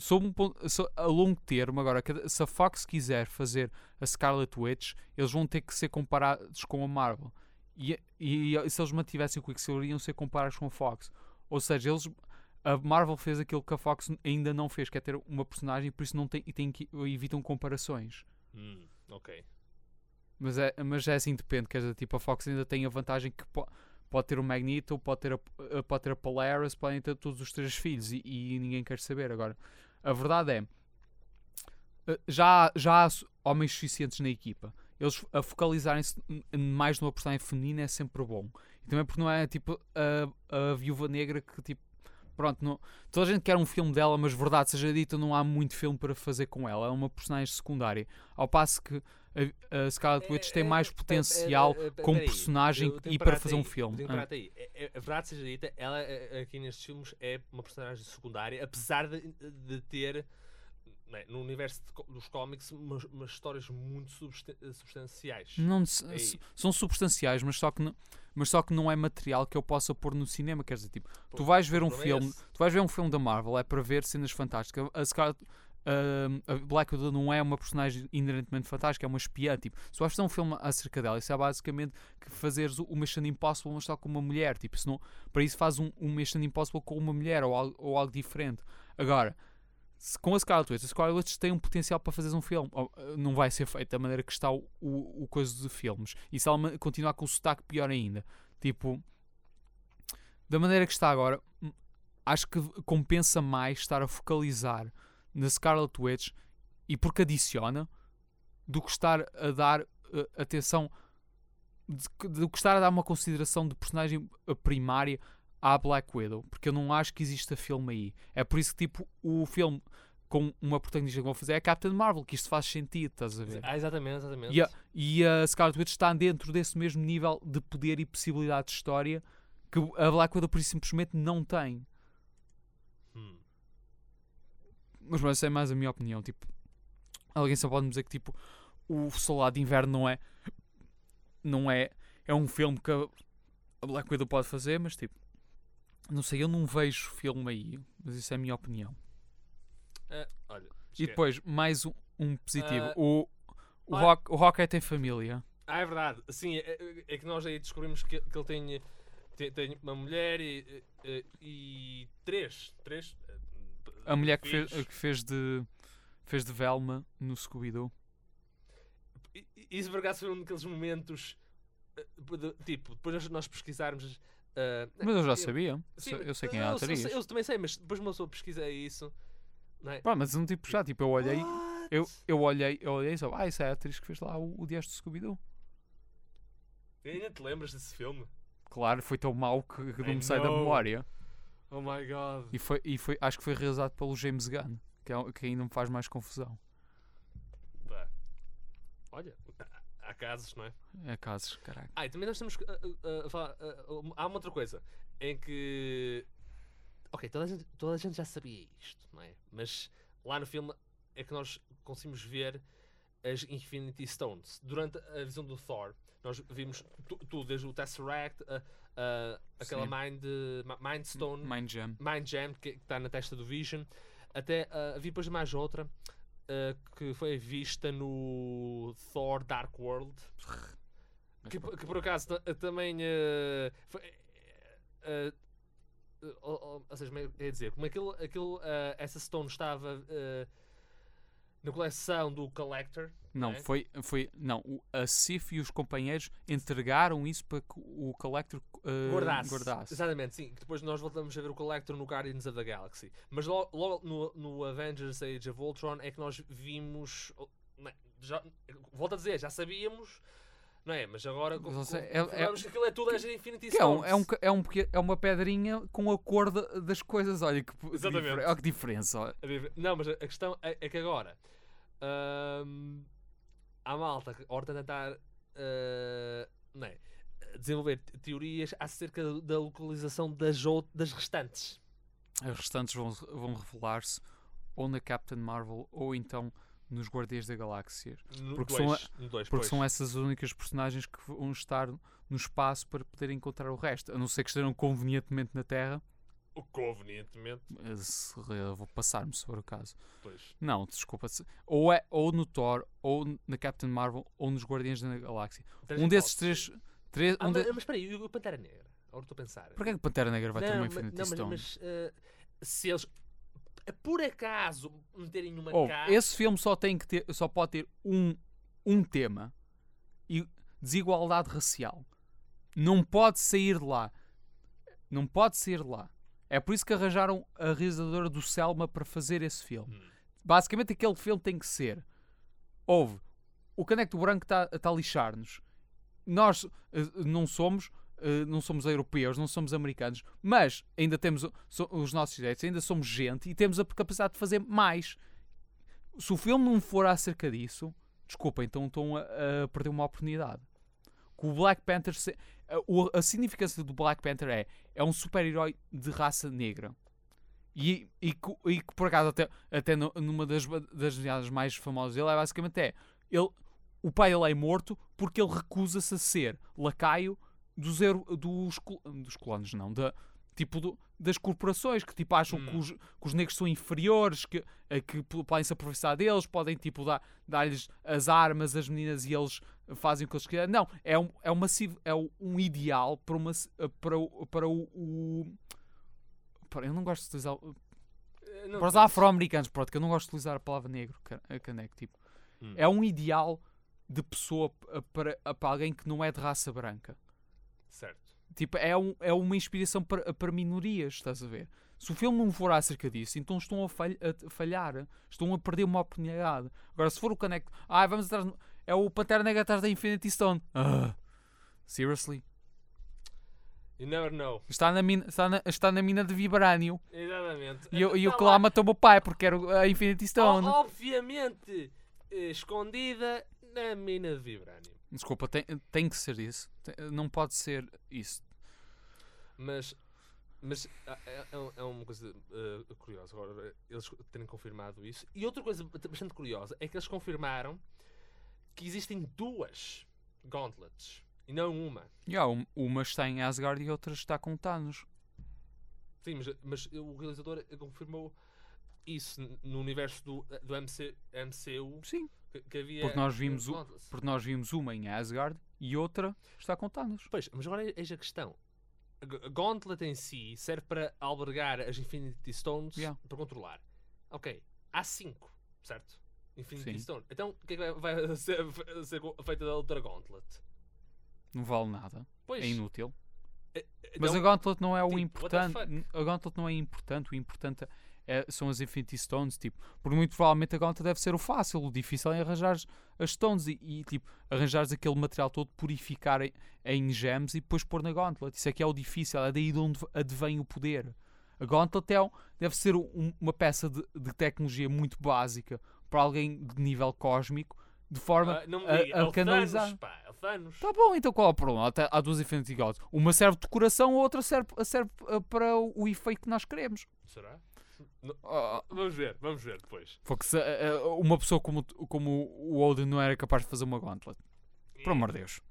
A longo termo, agora, se a Fox quiser fazer a Scarlet Witch, eles vão ter que ser comparados com a Marvel. E se eles mantivessem o Quicksilver, iam ser comparados com a Fox. Ou seja, a Marvel fez aquilo que a Fox ainda não fez, que é ter uma personagem, por isso evitam comparações. Ok. Mas é assim, depende. Quer dizer, tipo, a Fox ainda tem a vantagem que pode ter o Magneto, pode ter a Polaris, podem ter todos os 3 filhos e ninguém quer saber. Agora, a verdade é, já há homens suficientes na equipa. Eles a focalizarem-se mais numa personagem feminina é sempre bom. E também porque não é tipo a Viúva Negra que tipo, pronto, toda a gente quer um filme dela, mas verdade seja dita, não há muito filme para fazer com ela. É uma personagem secundária. Ao passo que a Scarlet Witch tem mais potencial como personagem e para fazer um filme. A verdade seja dita, ela aqui nestes filmes é uma personagem secundária, apesar de ter, no universo dos cómics, umas histórias muito substanciais. São substanciais, mas só que não é material que eu possa pôr no cinema. Quer dizer, tipo, tu vais ver um filme da Marvel, é para ver cenas fantásticas. A Black Widow não é uma personagem inerentemente fantástica, é uma espiã. Tipo, se vais fazer um filme acerca dela, isso é basicamente que fazeres o Mission Impossible, mas só com uma mulher. Tipo, para isso faz um Mission Impossible com uma mulher ou algo diferente. Agora, com a Scarlet Witch tem um potencial para fazer um filme. Não vai ser feito da maneira que está o coisa de filmes. E se ela continuar com o sotaque, pior ainda. Tipo, da maneira que está agora, acho que compensa mais estar a focalizar na Scarlet Witch e porque adiciona do que estar a dar atenção, do que estar a dar uma consideração de personagem primária à Black Widow, porque eu não acho que exista filme aí. É por isso que tipo o filme com uma protagonista que vão fazer é a Captain Marvel, que isto faz sentido, estás a ver? Exatamente. E a Scarlet Witch está dentro desse mesmo nível de poder e possibilidade de história que a Black Widow por isso simplesmente não tem. Mas essa é mais a minha opinião. Tipo, alguém só pode me dizer que tipo, o Soldado de Inverno não é um filme que a Black Widow pode fazer, mas tipo, não sei, eu não vejo filme aí, mas isso é a minha opinião. Olha, e depois, mais um positivo. O Hawkeye tem família. É verdade. Sim, é que nós aí descobrimos que ele tem uma mulher e três. A mulher que fez de Velma no Scooby-Doo. Isso por acaso foi um daqueles momentos tipo, depois nós pesquisarmos. Mas eu já sabia. Sim, eu sei quem é a atriz. Eu também sei, mas depois uma pessoa pesquisa isso. Não é? Pá, mas um tipo já, tipo, eu olhei e só, isso é a atriz que fez lá o Dias do Scooby-Doo. E ainda te lembras desse filme? Claro, foi tão mau que não me sai da memória. Oh my god. E foi, acho que foi realizado pelo James Gunn, que ainda me faz mais confusão. Pá. Olha, há casos, não é? É casos, caraca. E também nós temos que falar. Há uma outra coisa em que. Ok, toda a gente já sabia isto, não é? Mas lá no filme é que nós conseguimos ver as Infinity Stones. Durante a visão do Thor, nós vimos tudo, desde o Tesseract, aquela Mind Stone, Mind Gem que está na testa do Vision, até havia depois mais outra que foi vista no Thor Dark World, que por acaso também ou seja, é dizer, como essa Stone estava na coleção do Collector. Não, é? a Sif e os companheiros entregaram isso para que o Collector guardasse. Exatamente, sim. Depois nós voltamos a ver o Collector no Guardians of the Galaxy. Mas logo no Avengers Age of Ultron é que nós vimos... volto a dizer, já sabíamos... Não é? Mas agora confirmamos que aquilo é tudo as Infinity Stones. É uma pedrinha com a cor das coisas. Olha que diferença. Olha. Não, mas a questão é que agora há malta que horta tentar não é, desenvolver teorias acerca da localização das restantes. As restantes vão revelar-se ou na Captain Marvel ou então nos Guardiões da Galáxia. Porque são essas únicas personagens que vão estar no espaço para poder encontrar o resto. A não ser que estejam convenientemente na Terra. Convenientemente? Vou passar-me sobre o caso. Pois. Não, desculpa. Ou no Thor, ou na Captain Marvel, ou nos Guardiões da Galáxia. Desses três... Mas espera aí, e o Pantera Negra? Agora estou a pensar. Porquê que o Pantera Negra vai ter uma Infinity Stone? Mas se eles... por acaso meterem uma casa... Esse filme só pode ter um tema e desigualdade racial. Não pode sair de lá. Não pode sair de lá. É por isso que arranjaram a realizadora do Selma para fazer esse filme. Basicamente aquele filme tem que ser o caneco do branco está a lixar-nos. Nós não somos europeus, não somos americanos, mas ainda temos os nossos direitos, ainda somos gente e temos a capacidade de fazer mais. Se o filme não for acerca disso, desculpa, então estão a perder uma oportunidade. O Black Panther, a significância do Black Panther é um super-herói de raça negra. E que por acaso até numa das nomeadas mais famosas dele basicamente o pai dele é morto porque ele recusa-se a ser lacaio dos colonos, não, das corporações que acham que os negros são inferiores, que podem se aproveitar deles, podem dar-lhes as armas, as meninas, e eles fazem o que eles querem. Não, é um ideal para eu não gosto de utilizar para os afro-americanos, que eu não gosto de utilizar a palavra negro, caneco, é um ideal de pessoa para alguém que não é de raça branca. Certo. É uma inspiração para minorias, estás a ver? Se o filme não for acerca disso, então estão a falhar. Estão a perder uma oportunidade. Agora, se for o caneco... vamos atrás... É o Pantera Negra atrás da Infinity Stone. Seriously? You never know. Está na mina de vibrânio. Exatamente. E o que lá matou o meu pai, porque era a Infinity Stone. Obviamente escondida na mina de vibrânio. Desculpa, tem que ser isso. Não pode ser isso. Mas é uma coisa curiosa agora eles terem confirmado isso. E outra coisa bastante curiosa é que eles confirmaram que existem 2 gauntlets e não uma. Uma está em Asgard e outra está com Thanos. Sim, mas o realizador confirmou isso no universo do MCU. Sim. Que havia porque nós vimos uma em Asgard e outra está com Thanos. Pois, mas agora eis a questão. A Gauntlet em si serve para albergar as Infinity Stones para controlar. Ok, há 5, certo? Infinity Stone. Então o que é que vai ser feita da outra Gauntlet? Não vale nada. Pois. É inútil. Então, mas a Gauntlet não é o importante. A Gauntlet não é importante. O importante são as Infinity Stones, porque muito provavelmente a Gauntlet deve ser o fácil. O difícil é arranjar as Stones e arranjares aquele material todo, purificar em gems e depois pôr na Gauntlet. Isso é que é o difícil, é daí de onde advém o poder. A Gauntlet deve ser uma peça de tecnologia muito básica para alguém de nível cósmico, de forma a canalizar. Thanos. Tá bom, então qual é o problema? Há 2 Infinity Gauntlet. Uma serve de decoração, a outra serve para o efeito que nós queremos. Será? Vamos ver depois. Porque se uma pessoa como o Odin não era capaz de fazer uma Gauntlet. Por amor de Deus.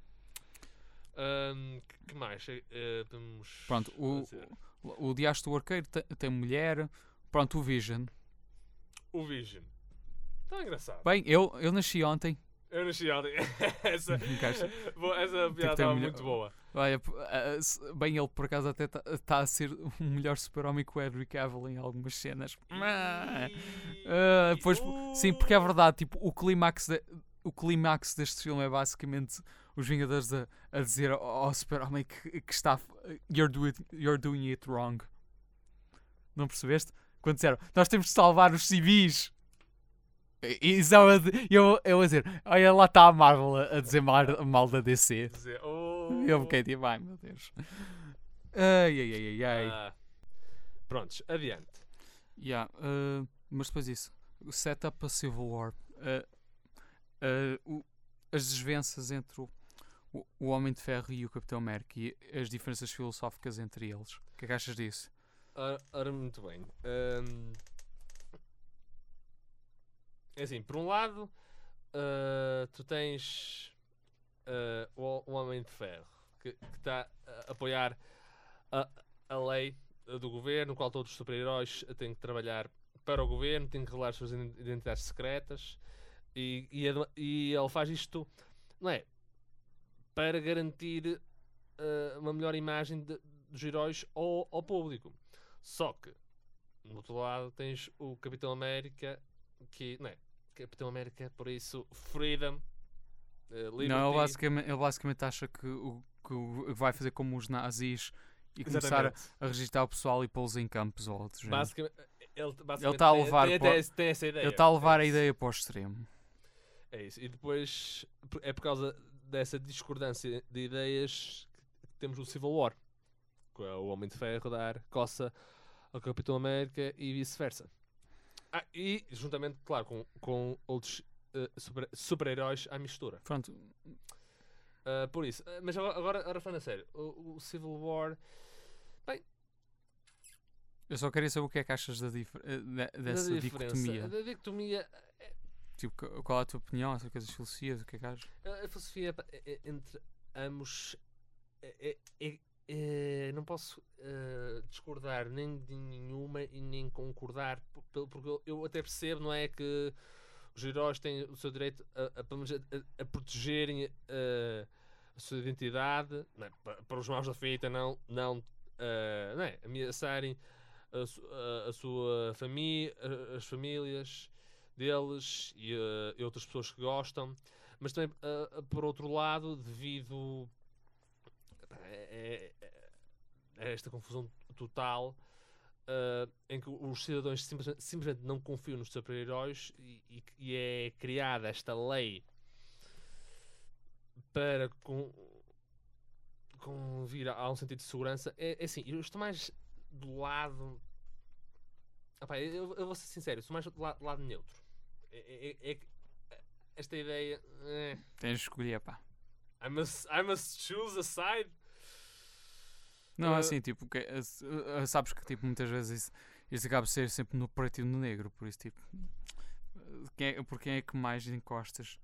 Que mais? Podemos pronto, o Diasto do Arqueiro tem mulher. Pronto, o Vision. O Vision. Tão engraçado. Bem, eu nasci ontem. Eu nasci ontem. essa Encaixa. essa que piada ter estava melhor- muito boa. Olha, bem, ele por acaso até está a ser um melhor super-homem que o Henry Cavill em algumas cenas. Pois, sim, porque é verdade, tipo, o clímax deste filme é basicamente os Vingadores a dizer ao super-homem que está you're doing it wrong. Não percebeste? Quando disseram, nós temos de salvar os civis. E só eu a dizer, olha lá está a Marvel a dizer mal da DC. Dizer, Eu fiquei tipo, ai meu Deus. Ai. Prontos, adiante. Yeah, mas depois isso. O setup para Civil War. As desavenças entre o Homem de Ferro e o Capitão América e as diferenças filosóficas entre eles. O que é que achas disso? Ora, muito bem. É assim, por um lado, tu tens o Homem de Ferro que está a apoiar a lei do governo, no qual todos os super-heróis têm que trabalhar para o governo, têm que revelar as suas identidades secretas e ele faz isto, não é? Para garantir uma melhor imagem dos heróis ao público. Só que, no outro lado, tens o Capitão América, que, não é? Capitão América, por isso, freedom, liberty. Não, ele basicamente acha que vai fazer como os nazis e começar a registrar o pessoal e pô-los em campos ou outros. Basicamente, ele está a levar tem essa ideia. Ele está a levar a ideia para o extremo. É isso. E depois, é por causa dessa discordância de ideias que temos o Civil War. Que é o Homem de Ferro dar coça ao Capitão América e vice-versa. E juntamente, claro, com outros super-heróis à mistura. Pronto. Por isso. Mas agora falando a sério. O Civil War... Bem... Eu só queria saber o que é que achas dessa dicotomia. Da dicotomia... Tipo, qual é a tua opinião acerca das filosofias? O que é que achas? A filosofia entre ambos... não posso discordar nem de nenhuma e nem concordar, porque eu até percebo, não é, que os heróis têm o seu direito a protegerem a sua identidade, não é? Para os maus da fita não é? Ameaçarem a sua família, as famílias deles e outras pessoas que gostam, mas também por outro lado, devido a esta confusão total em que os cidadãos simplesmente não confiam nos super-heróis e é criada esta lei para vir a um sentido de segurança. É assim, eu estou mais do lado... eu vou ser sincero, eu sou mais do lado neutro. Esta ideia... Tens de escolher, pá. I must choose a side. Não, assim, tipo, sabes que tipo, muitas vezes isso acaba de ser sempre no preto e no negro, por isso, tipo, por quem é que mais encostas?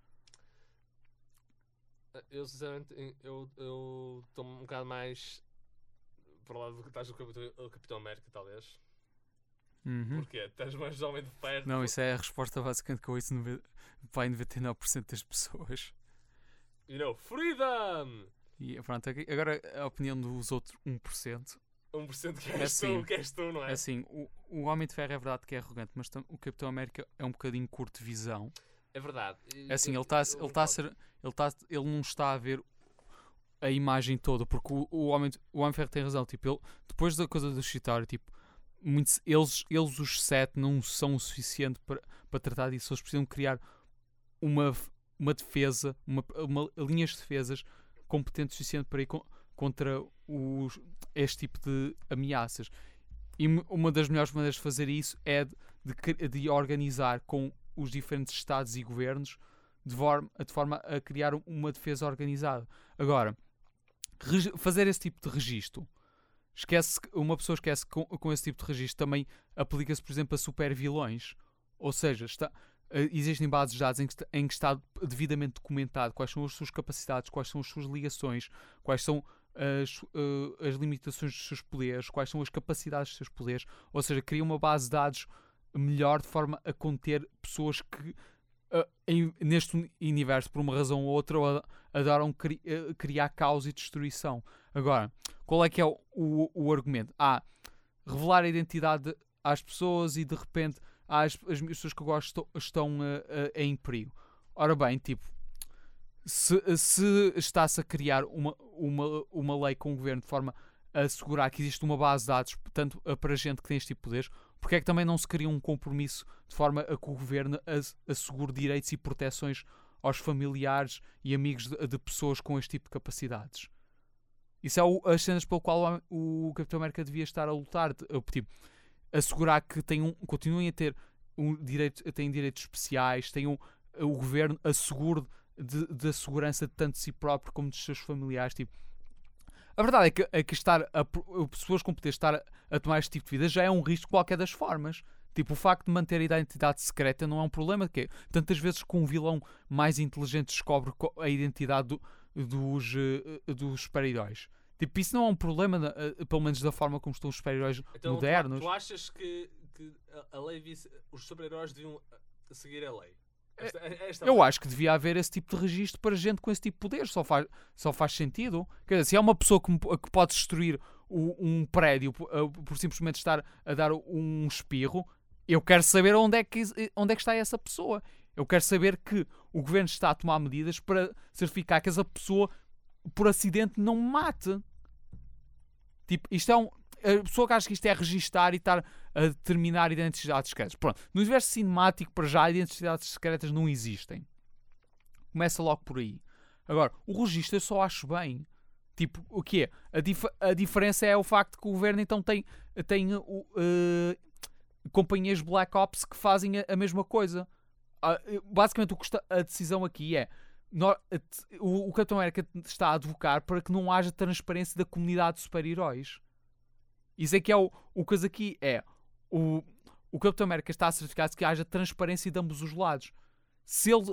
Eu, sinceramente, eu estou um bocado mais para o lado do que estás do Capitão América, talvez. Uhum. Porquê? Estás mais Homem de Ferro. Não, isso é a resposta basicamente que eu ouço para 99% das pessoas. Freedom! E pronto, agora a opinião dos outros 1%. 1% que és tu, não é? É assim, o Homem de Ferro é verdade que é arrogante, mas o Capitão América é um bocadinho curto de visão. É verdade. É assim, ele não está a ver a imagem toda, porque o Homem de Ferro tem razão. Tipo, ele, depois da coisa do Chitauri, tipo, eles os 7 não são o suficiente para tratar disso. Eles precisam criar uma defesa, uma linhas de defesas competente o suficiente para ir contra este tipo de ameaças. E uma das melhores maneiras de fazer isso é de organizar com os diferentes estados e governos de forma a criar uma defesa organizada. Agora, fazer esse tipo de registro, uma pessoa esquece que com esse tipo de registro também aplica-se, por exemplo, a super vilões. Ou seja, existem bases de dados em que está devidamente documentado quais são as suas capacidades, quais são as suas ligações, quais são as limitações dos seus poderes, quais são as capacidades dos seus poderes. Ou seja, cria uma base de dados melhor de forma a conter pessoas que neste universo, por uma razão ou outra, adoram criar caos e destruição. Agora, qual é que é o argumento? Revelar a identidade às pessoas e de repente as pessoas que eu gosto estão em perigo. Ora bem, tipo, se está-se a criar uma lei com o governo de forma a assegurar que existe uma base de dados tanto para gente que tem este tipo de poderes, porque é que também não se cria um compromisso de forma a que o governo assegure direitos e proteções aos familiares e amigos de pessoas com este tipo de capacidades? Isso é as cenas pelo qual o Capitão América devia estar a lutar. Tipo, assegurar que continuem a ter têm direitos especiais, o governo assegure da segurança de tanto de si próprio como dos seus familiares. Tipo, a verdade é que pessoas com poder estar a tomar este tipo de vida já é um risco de qualquer das formas. Tipo, o facto de manter a identidade secreta não é um problema, que tantas vezes que um vilão mais inteligente descobre a identidade dos super-heróis. Tipo, isso não é um problema, pelo menos da forma como estão os super-heróis modernos. Tu achas que a lei os super-heróis deviam seguir a lei? Eu acho que devia haver esse tipo de registro para gente com esse tipo de poder. Só faz sentido. Quer dizer, se há uma pessoa que pode destruir um prédio por simplesmente estar a dar um espirro, eu quero saber onde é que está essa pessoa. Eu quero saber que o governo está a tomar medidas para certificar que essa pessoa, por acidente, não me mate. Tipo, isto é a pessoa que acha que isto é registar e estar a determinar identidades secretas. Pronto, no universo cinemático, para já, identidades secretas não existem. Começa logo por aí. Agora, o registro eu só acho bem. Tipo, o que é? A diferença é o facto que o governo então tem companhias Black Ops que fazem a mesma coisa. Basicamente, a decisão aqui é o Capitão América está a advocar para que não haja transparência da comunidade de super-heróis. Isso é que é o coisa aqui é o Capitão América está a certificar que haja transparência de ambos os lados. Se ele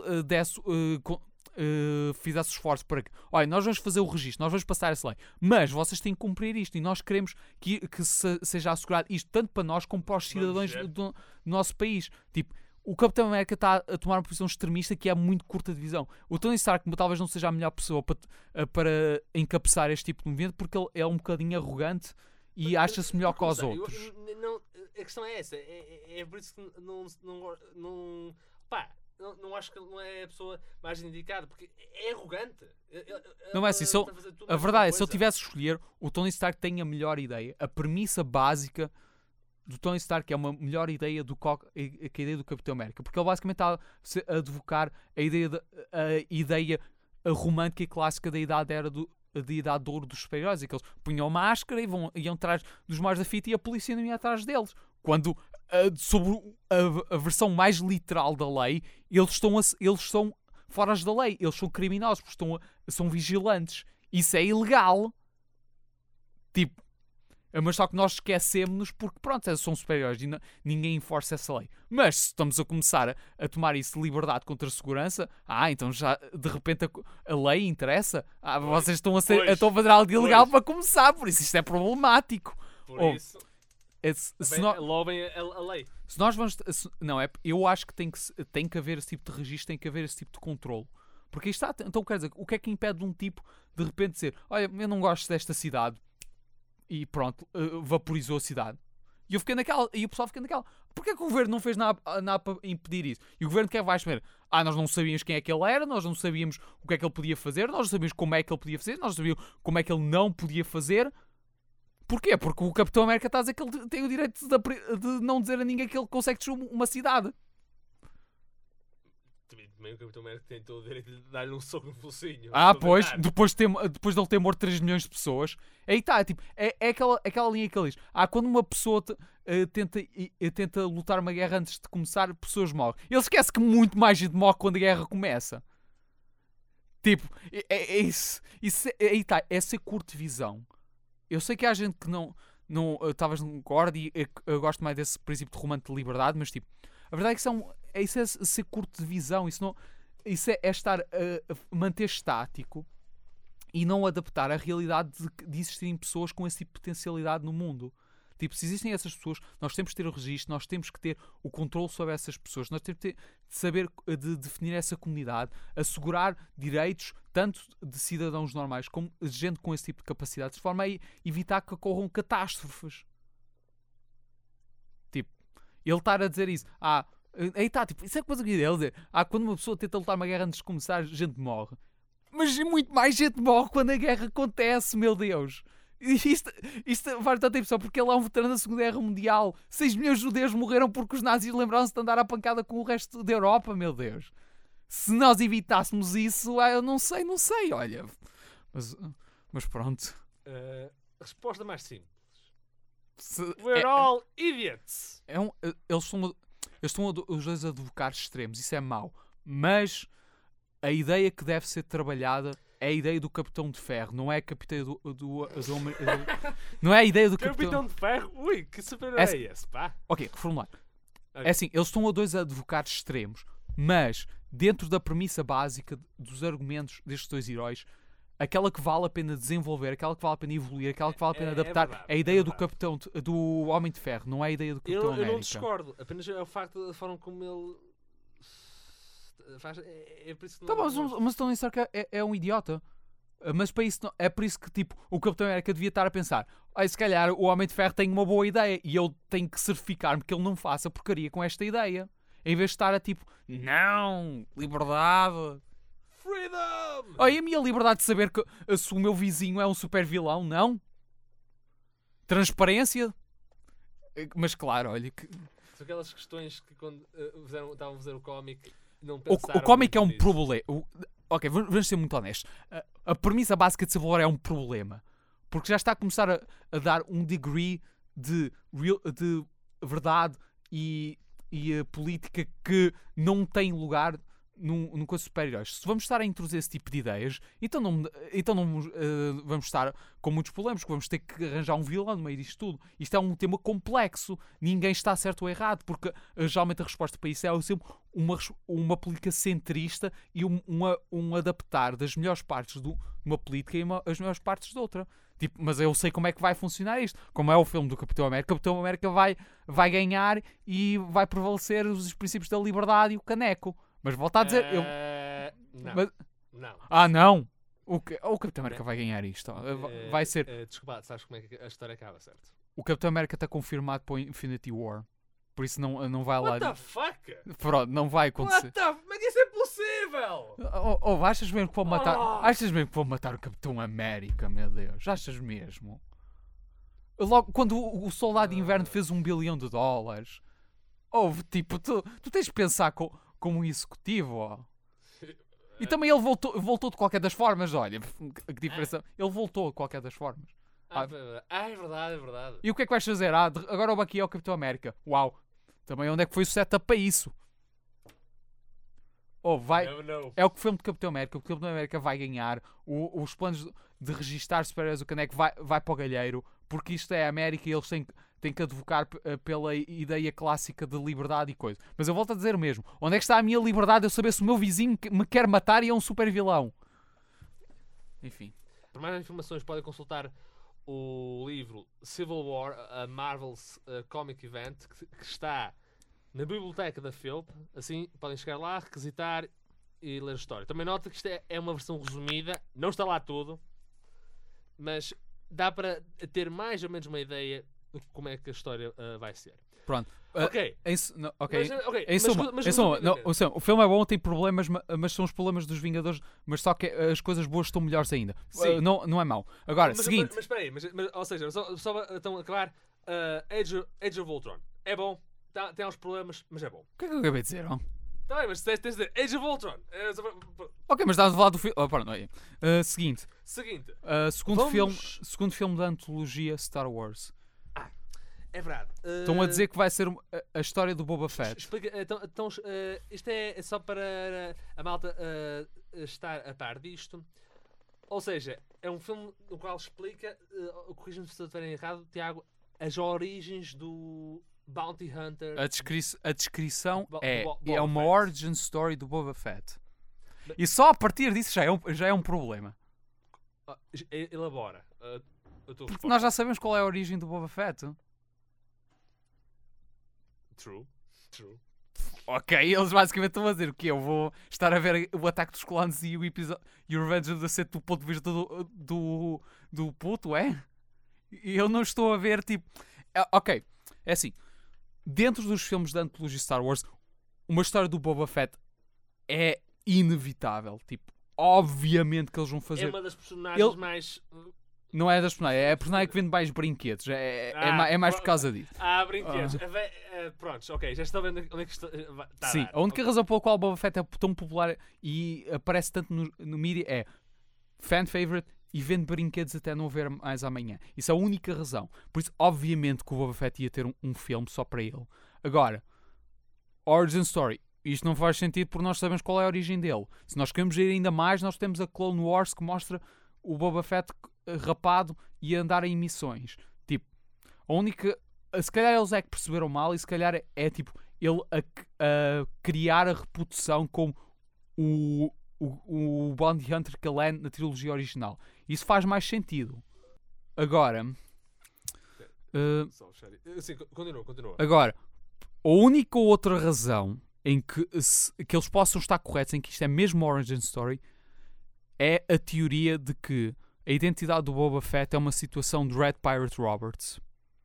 fizesse esforço para que, olha, nós vamos fazer o registro, nós vamos passar essa lei, mas vocês têm que cumprir isto e nós queremos que seja assegurado isto tanto para nós como para os cidadãos do nosso país. Tipo, o Capitão América está a tomar uma posição extremista que é muito curta de visão. O Tony Stark talvez não seja a melhor pessoa para encabeçar este tipo de movimento porque ele é um bocadinho arrogante e acha-se melhor que os outros. A questão é essa. É por isso que não acho que ele não é a pessoa mais indicada, porque é arrogante. Não é assim. A verdade é, se eu tivesse de escolher, o Tony Stark tem a melhor ideia. A premissa básica do Tony Stark é uma melhor ideia do que a ideia do Capitão América, porque ele basicamente está a advocar a ideia romântica e clássica da idade de ouro dos super-heróis, e que eles punham máscara e iam atrás dos maus da fita e a polícia não ia atrás deles. Quando, sobre a versão mais literal da lei, eles são fora da lei, eles são criminosos, porque são vigilantes. Isso é ilegal. Tipo, mas só que nós esquecemos-nos porque, pronto, são super-heróis e ninguém enforça essa lei. Mas se estamos a começar a tomar isso de liberdade contra a segurança, então já, de repente, a lei interessa. Vocês estão a fazer algo ilegal para começar, por isso isto é problemático. Por isso, logo vem a lei. Se nós vamos... eu acho que tem que haver esse tipo de registro, tem que haver esse tipo de controle. Porque isto está... Então, quer dizer, o que é que impede de um tipo, de repente, dizer, olha, eu não gosto desta cidade, e pronto, vaporizou a cidade. E o pessoal fica naquela. Porquê que o governo não fez nada para impedir isso? E o governo quer vai saber? Nós não sabíamos quem é que ele era, nós não sabíamos o que é que ele podia fazer, nós não sabíamos como é que ele podia fazer, nós não sabíamos como é que ele não podia fazer. Porquê? Porque o Capitão América está a dizer que ele tem o direito de não dizer a ninguém que ele consegue destruir uma cidade. Também o Capitão América tem todo o direito de dar-lhe um soco no focinho. Pois, depois de ele ter morto 3 milhões de pessoas. Aí está, tipo, é aquela linha que ele diz. Quando uma pessoa tenta lutar uma guerra antes de começar, pessoas morrem. Ele esquece que muito mais gente morre quando a guerra começa. Tipo, é isso. Aí está, é ser curto de visão. Eu sei que há gente que não talvez não concorde e eu gosto mais desse princípio de romance de liberdade, mas tipo, a verdade é que isso é ser curto de visão, isso é estar a manter estático e não adaptar a realidade de existirem pessoas com esse tipo de potencialidade no mundo. Tipo, se existem essas pessoas, nós temos que ter o registro, nós temos que ter o controle sobre essas pessoas, nós temos que de saber de definir essa comunidade, assegurar direitos tanto de cidadãos normais como de gente com esse tipo de capacidades, de forma a evitar que ocorram catástrofes. Tipo, ele estar a dizer isso. Aí está, tipo, isso é coisa que ele dizer. Quando uma pessoa tenta lutar uma guerra antes de começar, gente morre. Mas muito mais gente morre quando a guerra acontece, meu Deus. Isto faz tanta impressão porque ele é um veterano da Segunda Guerra Mundial. 6 milhões de judeus morreram porque os nazis lembraram-se de andar à pancada com o resto da Europa, meu Deus. Se nós evitássemos isso, eu não sei, olha. Mas pronto. Resposta mais simples. We're all idiots. Eles estão os dois a advocar extremos, isso é mau. Mas a ideia que deve ser trabalhada é a ideia do Capitão de Ferro, não é a capitã não é a ideia do Capitão de Ferro? Ui, que super é esse, pá? Ok, reformular. É assim, eles estão a dois a advocar extremos, mas dentro da premissa básica dos argumentos destes dois heróis, aquela que vale a pena desenvolver, aquela que vale a pena evoluir, aquela que vale a pena adaptar, verdade, é a ideia do Capitão, do Homem de Ferro, não é a ideia do Capitão América. Eu não discordo, apenas é o facto da forma como ele faz. É por isso que não. Mas o Tony Stark é um idiota. Mas para isso é por isso que tipo, o Capitão América devia estar a pensar: se calhar o Homem de Ferro tem uma boa ideia e eu tenho que certificar-me que ele não faça porcaria com esta ideia. Em vez de estar a tipo, não, liberdade. Freedom! E a minha liberdade de saber que se o meu vizinho é um super vilão, não? Transparência? Mas claro, olha que... São aquelas questões que quando estavam a fazer o cómic não pensaram. O cómic é um problema. Ok, vamos ser muito honestos. A premissa básica de Civil War é um problema. Porque já está a começar a dar um degree de verdade e a política que não tem lugar num coisa de super-heróis. Se vamos estar a introduzir esse tipo de ideias, então não vamos estar com muitos problemas, porque vamos ter que arranjar um vilão no meio disto tudo. Isto é um tema complexo. Ninguém está certo ou errado, porque geralmente a resposta para isso é sempre uma política centrista e um adaptar das melhores partes de uma política e as melhores partes de outra. Tipo, mas eu sei como é que vai funcionar isto. Como é o filme do Capitão América, o Capitão América vai ganhar e vai prevalecer os princípios da liberdade e o caneco. Mas volta a dizer... Não. Não? O Capitão América vai ganhar isto. Vai ser... Desculpa, sabes como é que a história acaba, certo? O Capitão América está confirmado para o Infinity War. Por isso não vai lá... What the fuck? Pronto, não vai acontecer. Mas isso é possível! Achas mesmo que vão matar... Achas mesmo que vão matar o Capitão América, meu Deus? Achas mesmo? Logo, quando o Soldado de Inverno fez $1 bilhão... tipo, tu tens de pensar como um executivo, E também ele voltou de qualquer das formas, olha. Que diferença. Ele voltou de qualquer das formas. É verdade. E o que é que vais fazer? Agora o aqui é o Capitão América. Uau. Também onde é que foi o setup para isso? É o que foi o Capitão América. O Capitão América vai ganhar. Os planos de registar super-heróis do Caneco vai para o galheiro. Porque isto é a América e eles têm que advocar pela ideia clássica de liberdade e coisa. Mas eu volto a dizer o mesmo. Onde é que está a minha liberdade de eu saber se o meu vizinho me quer matar e é um super vilão? Enfim. Para mais informações podem consultar o livro Civil War, a Marvel's Comic Event, que está na biblioteca da Philp. Assim podem chegar lá, requisitar e ler a história. Também nota que isto é uma versão resumida, não está lá tudo, mas dá para ter mais ou menos uma ideia de como é que a história vai ser. Pronto. Ok. O filme é bom, tem problemas, mas são os problemas dos Vingadores, mas só que as coisas boas estão melhores ainda. Não é mau. Agora, seguinte. Mas espera aí, ou seja, só então acabar, Age of Ultron. É bom, tem uns problemas, mas é bom. O que é que eu acabei de dizer, não? Tá bem, mas tens de dizer Age of Ultron. Ok, mas estás a falar do filme. Seguinte. Segundo filme da antologia Star Wars. É verdade. Estão a dizer que vai ser a história do Boba Fett. Explica, então, isto é só para a malta estar a par disto. Ou seja, é um filme no qual explica, corrija-me se eu estiver errado, Tiago, as origens do Bounty Hunter. A descrição é uma origin story do Boba Fett. E só a partir disso já é um problema. Elabora. Porque nós já sabemos qual é a origem do Boba Fett. True. Ok, eles basicamente estão a dizer o quê? Eu vou estar a ver o Ataque dos Clones e o episódio e o Revenge of the Sith do ponto de vista do puto, é? E eu não estou a ver, tipo... Ok, é assim. Dentro dos filmes da antologia Star Wars, uma história do Boba Fett é inevitável. Tipo, obviamente que eles vão fazer... É uma das personagens mais... Não é das personagens, é a personagem que vende mais brinquedos. É mais por causa disso. Brinquedos. Prontos, ok, já estou vendo onde é que estou. Sim, a única razão pela qual o Boba Fett é tão popular e aparece tanto no mídia é fan favorite e vende brinquedos até não ver mais amanhã. Isso é a única razão. Por isso, obviamente, que o Boba Fett ia ter um filme só para ele. Agora, Origin Story. Isto não faz sentido porque nós sabemos qual é a origem dele. Se nós queremos ir ainda mais, nós temos a Clone Wars que mostra o Boba Fett rapado e andar em missões. Tipo, a única... Se calhar eles é que perceberam mal e se calhar é tipo ele a criar a reputação como o Bounty Hunter que ele é na trilogia original. Isso faz mais sentido. Agora... Sim, continua. Agora, a única outra razão em que eles possam estar corretos em que isto é mesmo Origin Story é a teoria de que a identidade do Boba Fett é uma situação de Red Pirate Roberts.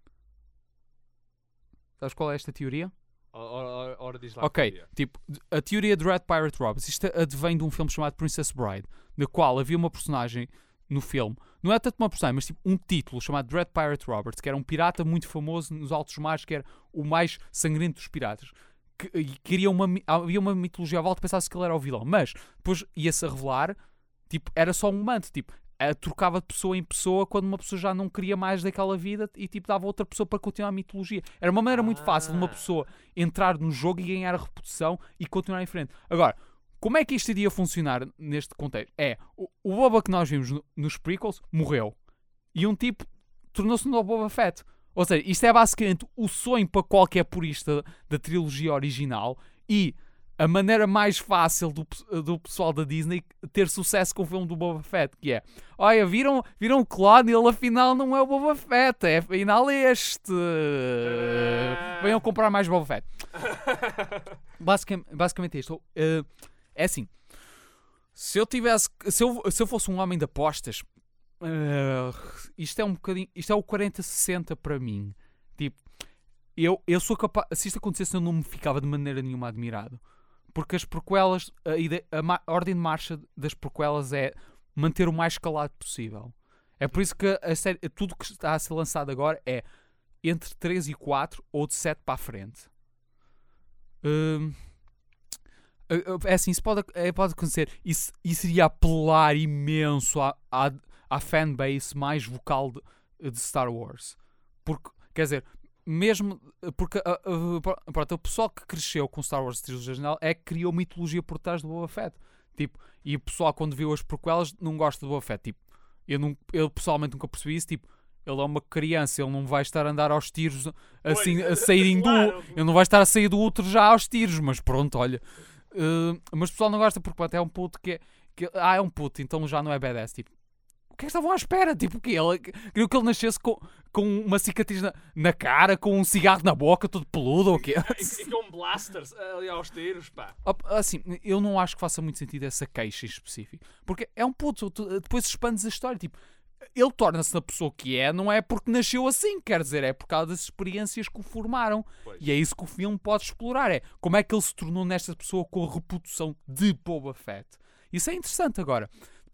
Sabes qual é esta teoria? Ora diz lá. Ok, tipo, a teoria de Red Pirate Roberts, isto advém de um filme chamado Princess Bride, na qual havia uma personagem no filme, não é tanto uma personagem, mas tipo um título chamado Red Pirate Roberts, que era um pirata muito famoso nos altos mares, que era o mais sangrento dos piratas. Havia uma mitologia à volta, pensava-se que ele era o vilão, mas depois ia-se a revelar, tipo, era só um manto, tipo, trocava de pessoa em pessoa quando uma pessoa já não queria mais daquela vida e tipo dava outra pessoa para continuar a mitologia. Era uma maneira muito fácil de uma pessoa entrar no jogo e ganhar a reputação e continuar em frente. Agora, como é que isto iria funcionar neste contexto? O Boba que nós vimos nos prequels morreu e um tipo tornou-se no Boba Fett. Ou seja, isto é basicamente o sonho para qualquer purista da trilogia original e a maneira mais fácil do pessoal da Disney ter sucesso com o filme do Boba Fett, que é, olha, viram o clone e ele afinal não é o Boba Fett, é afinal este. Venham comprar mais Boba Fett. Basicamente isto. É assim, se eu fosse um homem de apostas, isto é um bocadinho, isto é o 40-60 para mim. Tipo, eu sou capaz, se isto acontecesse eu não me ficava de maneira nenhuma admirado. Porque as prequelas, a ordem de marcha das prequelas é manter o mais escalado possível. É por isso que a série, tudo que está a ser lançado agora é entre 3 e 4 ou de 7 para a frente. É assim, isso pode acontecer. Isso iria apelar imenso à fanbase mais vocal de Star Wars. Porque, quer dizer, mesmo porque pronto, o pessoal que cresceu com Star Wars trilogia original é que criou mitologia por trás do Boba Fett. Tipo, e o pessoal quando viu as prequelas não gosta do Boba Fett. Tipo, eu pessoalmente nunca percebi isso. Tipo, ele é uma criança, ele não vai estar a andar aos tiros assim, a saírem claro. ele não vai estar a sair do útero já aos tiros, mas pronto, olha. Mas o pessoal não gosta porque pronto, é um puto que é um puto, então já não é badass. Tipo, o que é que estavam à espera? Tipo, o quê? Queriam que ele nascesse com uma cicatriz na cara, com um cigarro na boca, todo peludo ou o quê? E com blasters ali aos tiros, pá. Assim, eu não acho que faça muito sentido essa queixa em específico. Porque é um puto, depois expandes a história. Tipo, ele torna-se na pessoa que é, não é porque nasceu assim, quer dizer, é por causa das experiências que o formaram. Pois. E é isso que o filme pode explorar. É como é que ele se tornou nesta pessoa com a reputação de Boba Fett. Isso é interessante agora.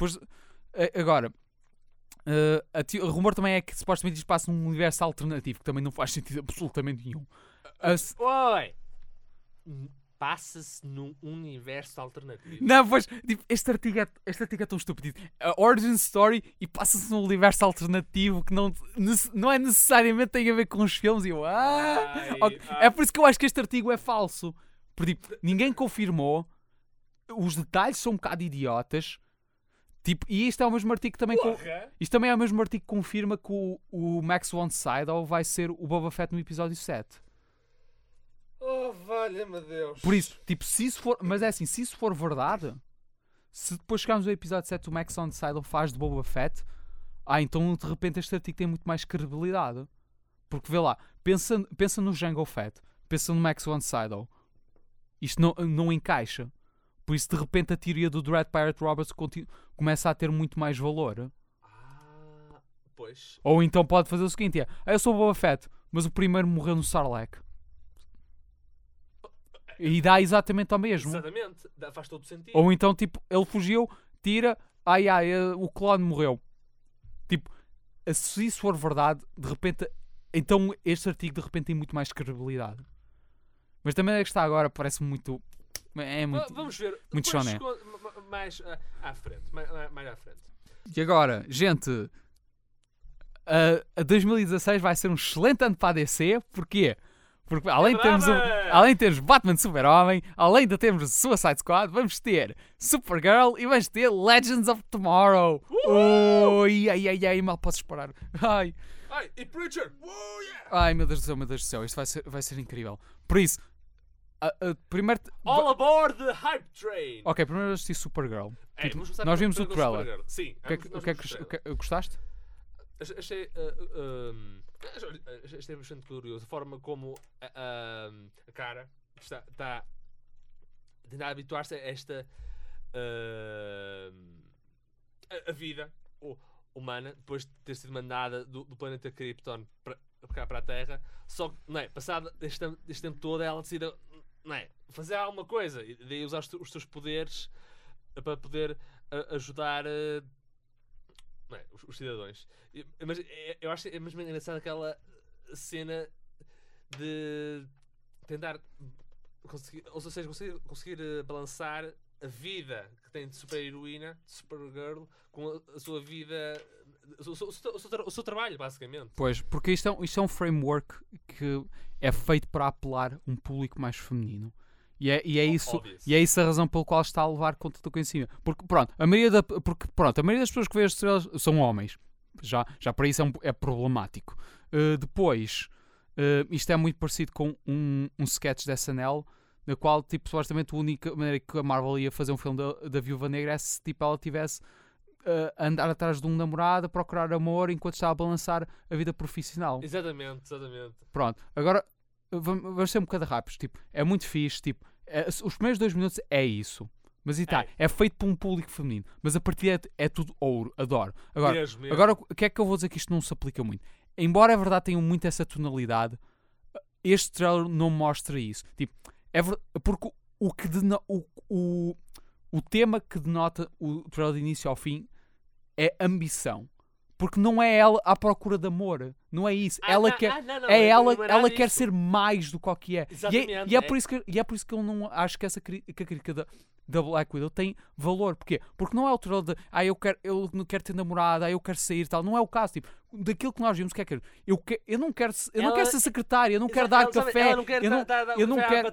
O rumor também é que supostamente isto passa num universo alternativo, que também não faz sentido absolutamente nenhum. Oi! Passa-se num universo alternativo. Não, pois, tipo, este artigo é tão estúpido. A Origin Story e passa-se num universo alternativo que não é necessariamente tem a ver com os filmes. E eu, okay. É por isso que eu acho que este artigo é falso. Porque tipo, ninguém confirmou, os detalhes são um bocado idiotas. Tipo, e isto é o mesmo artigo também isto também é o mesmo artigo que confirma que o Max von Sydow vai ser o Boba Fett no episódio 7. Oh, valha-me Deus. Por isso, tipo, se isso for... Mas é assim, se isso for verdade, se depois chegarmos ao episódio 7 o Max von Sydow faz de Boba Fett, então de repente este artigo tem muito mais credibilidade. Porque vê lá, pensa no Jango Fett. pensa no Max von Sydow. Isto não encaixa. Por isso, de repente, a teoria do Dread Pirate Roberts começa a ter muito mais valor. Pois. Ou então pode fazer o seguinte: eu sou o Boba Fett, mas o primeiro morreu no Sarlacc. E dá exatamente ao mesmo. Exatamente. Faz todo sentido. Ou então, tipo, ele fugiu, tira, o clone morreu. Tipo, se isso for verdade, de repente, então este artigo de repente tem muito mais credibilidade. Mas também é que está agora, parece-me muito... Vamos ver. Muito Depois, choné. Mais à frente. Mais à frente. E agora, gente, a 2016 vai ser um excelente ano para a DC. Porquê? Porque além de termos Batman Super-Homem, além de termos Suicide Squad, vamos ter Supergirl e vamos ter Legends of Tomorrow. Ai, mal posso parar. Ai, e Preacher! ai, meu Deus do céu, isto vai ser incrível. Por isso, primeiro... All aboard the hype train! Ok, primeiro assisti Supergirl. Tipo, vamos começar nós por- vimos o por trailer. Supergirl. Sim. O que é que gostaste? Achei bastante curioso a forma como a cara está a habituar-se a esta a vida humana depois de ter sido mandada do planeta Krypton para a Terra, só que não é, passado este tempo todo ela decide, não é, fazer alguma coisa e daí usar os seus poderes para poder ajudar não é, os cidadãos. Mas eu acho que é mesmo engraçado aquela cena de tentar conseguir balançar a vida que tem de super-heroína, de Supergirl, com a sua vida, o seu trabalho, basicamente. Pois, porque isto é um framework que é feito para apelar um público mais feminino. E é isso a razão pela qual está a levar com tanto conhecimento. Porque, pronto, a maioria das pessoas que veem as estrelas são homens. Já para isso é problemático. Depois, isto é muito parecido com um sketch da SNL, na qual, tipo, supostamente a única maneira que a Marvel ia fazer um filme da Viúva Negra é se, tipo, ela tivesse a andar atrás de um namorado, a procurar amor, enquanto está a balançar a vida profissional. Exatamente. Pronto, agora vamos ser um bocado rápidos. Tipo, é muito fixe, tipo, os primeiros 2 minutos é isso. Mas é feito para um público feminino. Mas a partir é tudo ouro, adoro. Agora, o que é que eu vou dizer que isto não se aplica muito? Embora é verdade tenham muito essa tonalidade, este trailer não mostra isso. Tipo, porque o tema que denota o trailer de início ao fim é ambição. Porque não é ela à procura de amor. Não é isso. Ela quer ser mais do que é. Exatamente, E é por isso que eu não acho que a crítica da Black Widow tem valor. Porquê? Porque não é o trailer de eu não quero ter namorada, eu quero sair e tal. Não é o caso. Tipo, daquilo que nós vimos, eu não quero ser secretária, eu não quero dar café. Ela não quer eu não quero.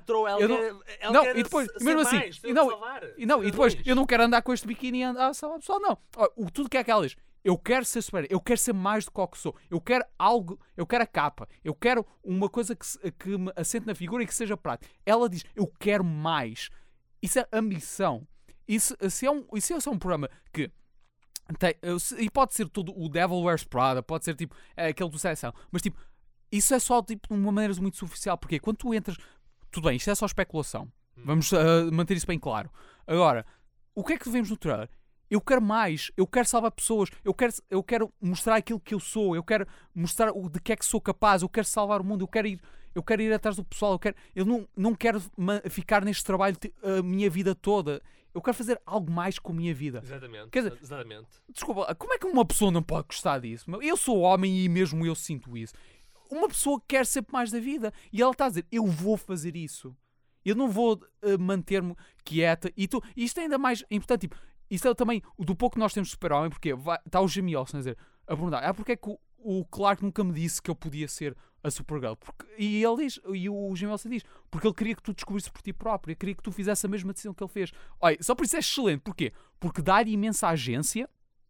E depois, mesmo assim, e depois, eu não quero andar com este biquíni e andar a salvar pessoal. Não. Tudo que é que ela diz. Eu quero ser super, eu quero ser mais do que sou. Eu quero algo, eu quero a capa. Eu quero uma coisa que me assente na figura e que seja prática. Ela diz, eu quero mais. Isso é ambição. Isso é um programa que tem, e pode ser todo o Devil Wears Prada, pode ser tipo aquele do seleção, mas tipo, isso é só tipo de uma maneira muito superficial. Porque quando tu entras, tudo bem, isto é só especulação. Vamos manter isso bem claro. Agora, o que é que vemos no trailer? Eu quero mais, eu quero salvar pessoas, eu quero mostrar aquilo que eu sou, eu quero mostrar de que é que sou capaz, eu quero salvar o mundo, eu quero ir atrás do pessoal, eu não quero ficar neste trabalho a minha vida toda. Eu quero fazer algo mais com a minha vida. Exatamente. Quer dizer, exatamente. Desculpa, como é que uma pessoa não pode gostar disso? Eu sou homem e mesmo eu sinto isso. Uma pessoa quer sempre mais da vida e ela está a dizer, eu vou fazer isso. Eu não vou manter-me quieta. E isto é ainda mais importante, tipo, isso é também do pouco que nós temos de Super-Homem, porque está o Jimmy Olsen a dizer, a perguntar, porque é que o Clark nunca me disse que eu podia ser a Supergirl? E ele diz, e o Jimmy Olsen diz, porque ele queria que tu descobrisses por ti próprio, queria que tu fizesse a mesma decisão que ele fez. Olha, só por isso é excelente. Porquê? Porque dá-lhe imensa agência,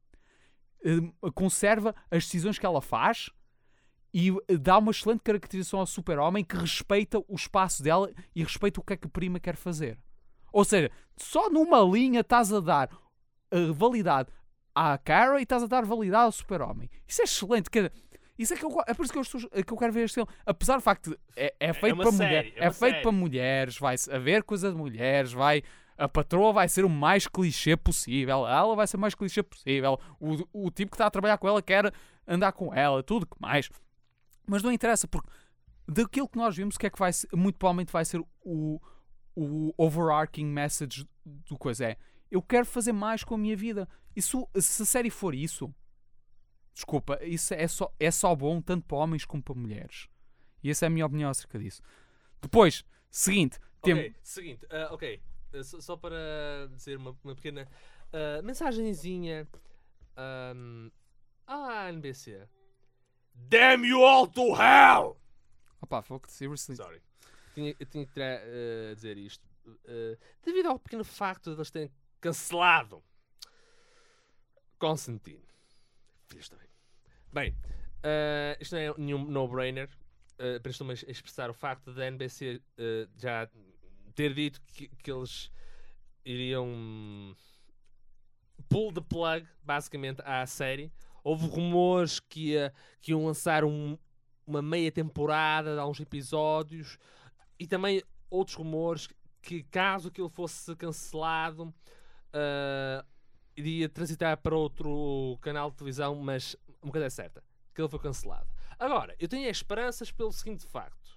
conserva as decisões que ela faz e dá uma excelente caracterização ao Super-Homem que respeita o espaço dela e respeita o que é que a prima quer fazer. Ou seja, só numa linha estás a dar validade à Kara e estás a dar validade ao Super-Homem. Isso é excelente. Isso é que é por isso que eu quero ver este filme. Apesar do facto de é feito uma para série, mulheres, é uma é feito série. para mulheres, vai haver coisa de mulheres, a patroa vai ser o mais clichê possível, ela vai ser o mais clichê possível, o tipo que está a trabalhar com ela quer andar com ela, tudo que mais. Mas não interessa, porque daquilo que nós vimos, o que é que vai ser, muito provavelmente vai ser o overarching message do coisa é: eu quero fazer mais com a minha vida. Isso, se a série for isso, desculpa, isso é só bom tanto para homens como para mulheres. E essa é a minha opinião acerca disso. Depois, seguinte, Seguinte, só para dizer uma pequena mensagenzinha à NBC. Damn you all to hell! Opa, fuck, seriously. Sorry. Eu tinha que dizer isto. Devido ao pequeno facto de eles terem cancelado Constantine. Filhos também. Bem, isto não é nenhum no-brainer. Apenas estou-me a expressar o facto da NBC já ter dito que eles iriam pull the plug, basicamente, à série. Houve rumores que iam lançar uma meia temporada de alguns episódios e também outros rumores que, caso aquilo fosse cancelado, iria transitar para outro canal de televisão, mas uma coisa é certa, que ele foi cancelado. Agora, eu tenho esperanças pelo seguinte facto.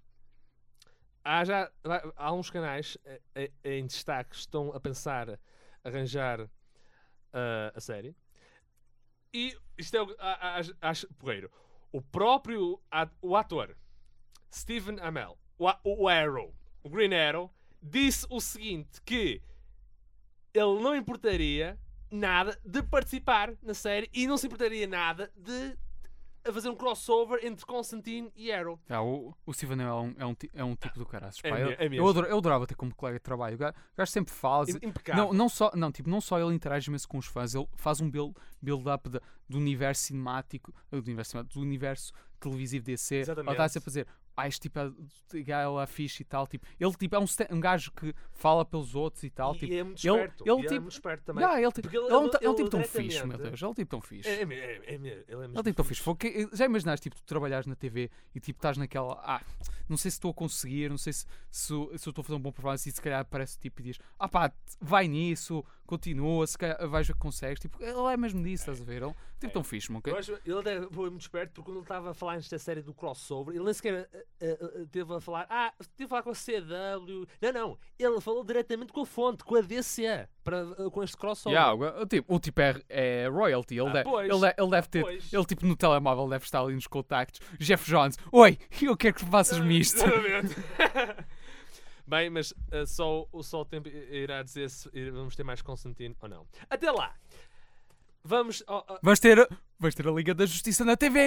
Há uns canais em destaque que estão a pensar arranjar a série. E isto acho porreiro. O próprio o ator Stephen Amell, o Arrow, o Green Arrow, disse o seguinte, que ele não importaria nada de participar na série e não se importaria nada de fazer um crossover entre Constantine e Arrow. O Steven é um tipo do caraças. Pá. É Eu adorava ter como colega de trabalho. O gajo sempre fala. Impecável. Não só ele interage imenso com os fãs, ele faz um build-up do universo cinemático, do universo televisivo DC. Exatamente. Ele está sempre a fazer, este tipo é fixe e tal. Tipo, ele tipo, é um gajo que fala pelos outros e tal. E é muito ele, esperto. ele, é tipo, muito esperto também. ele é um tipo tão diretamente- fixe, meu Deus. Ele é um tipo tão fixe. Ele é Ele tem tão fixe. Já imaginaste, tipo, tu trabalhares na TV e tipo, estás naquela. Não sei se estou a conseguir, não sei se eu estou a fazer um bom performance e se calhar aparece tipo e diz: vai nisso, continua, se calhar vais ver que consegues. Tipo, ele é mesmo disso, estás a ver? Ele é tipo tão fixe, ok? Eu acho que ele foi muito esperto porque quando ele estava a falar nesta série do crossover, ele nem sequer teve a falar, tive a falar com a CW. Não. Ele falou diretamente com a fonte, com a DC, com este crossover. O tipo é royalty. Ele deve ter. Pois. Ele tipo no telemóvel deve estar ali nos contactos. Jeff Jones, oi, eu quero que faças-me isto. Exatamente. Bem, mas só o tempo irá dizer se vamos ter mais Constantine ou não. Até lá! Vamos ter a Liga da Justiça na TV!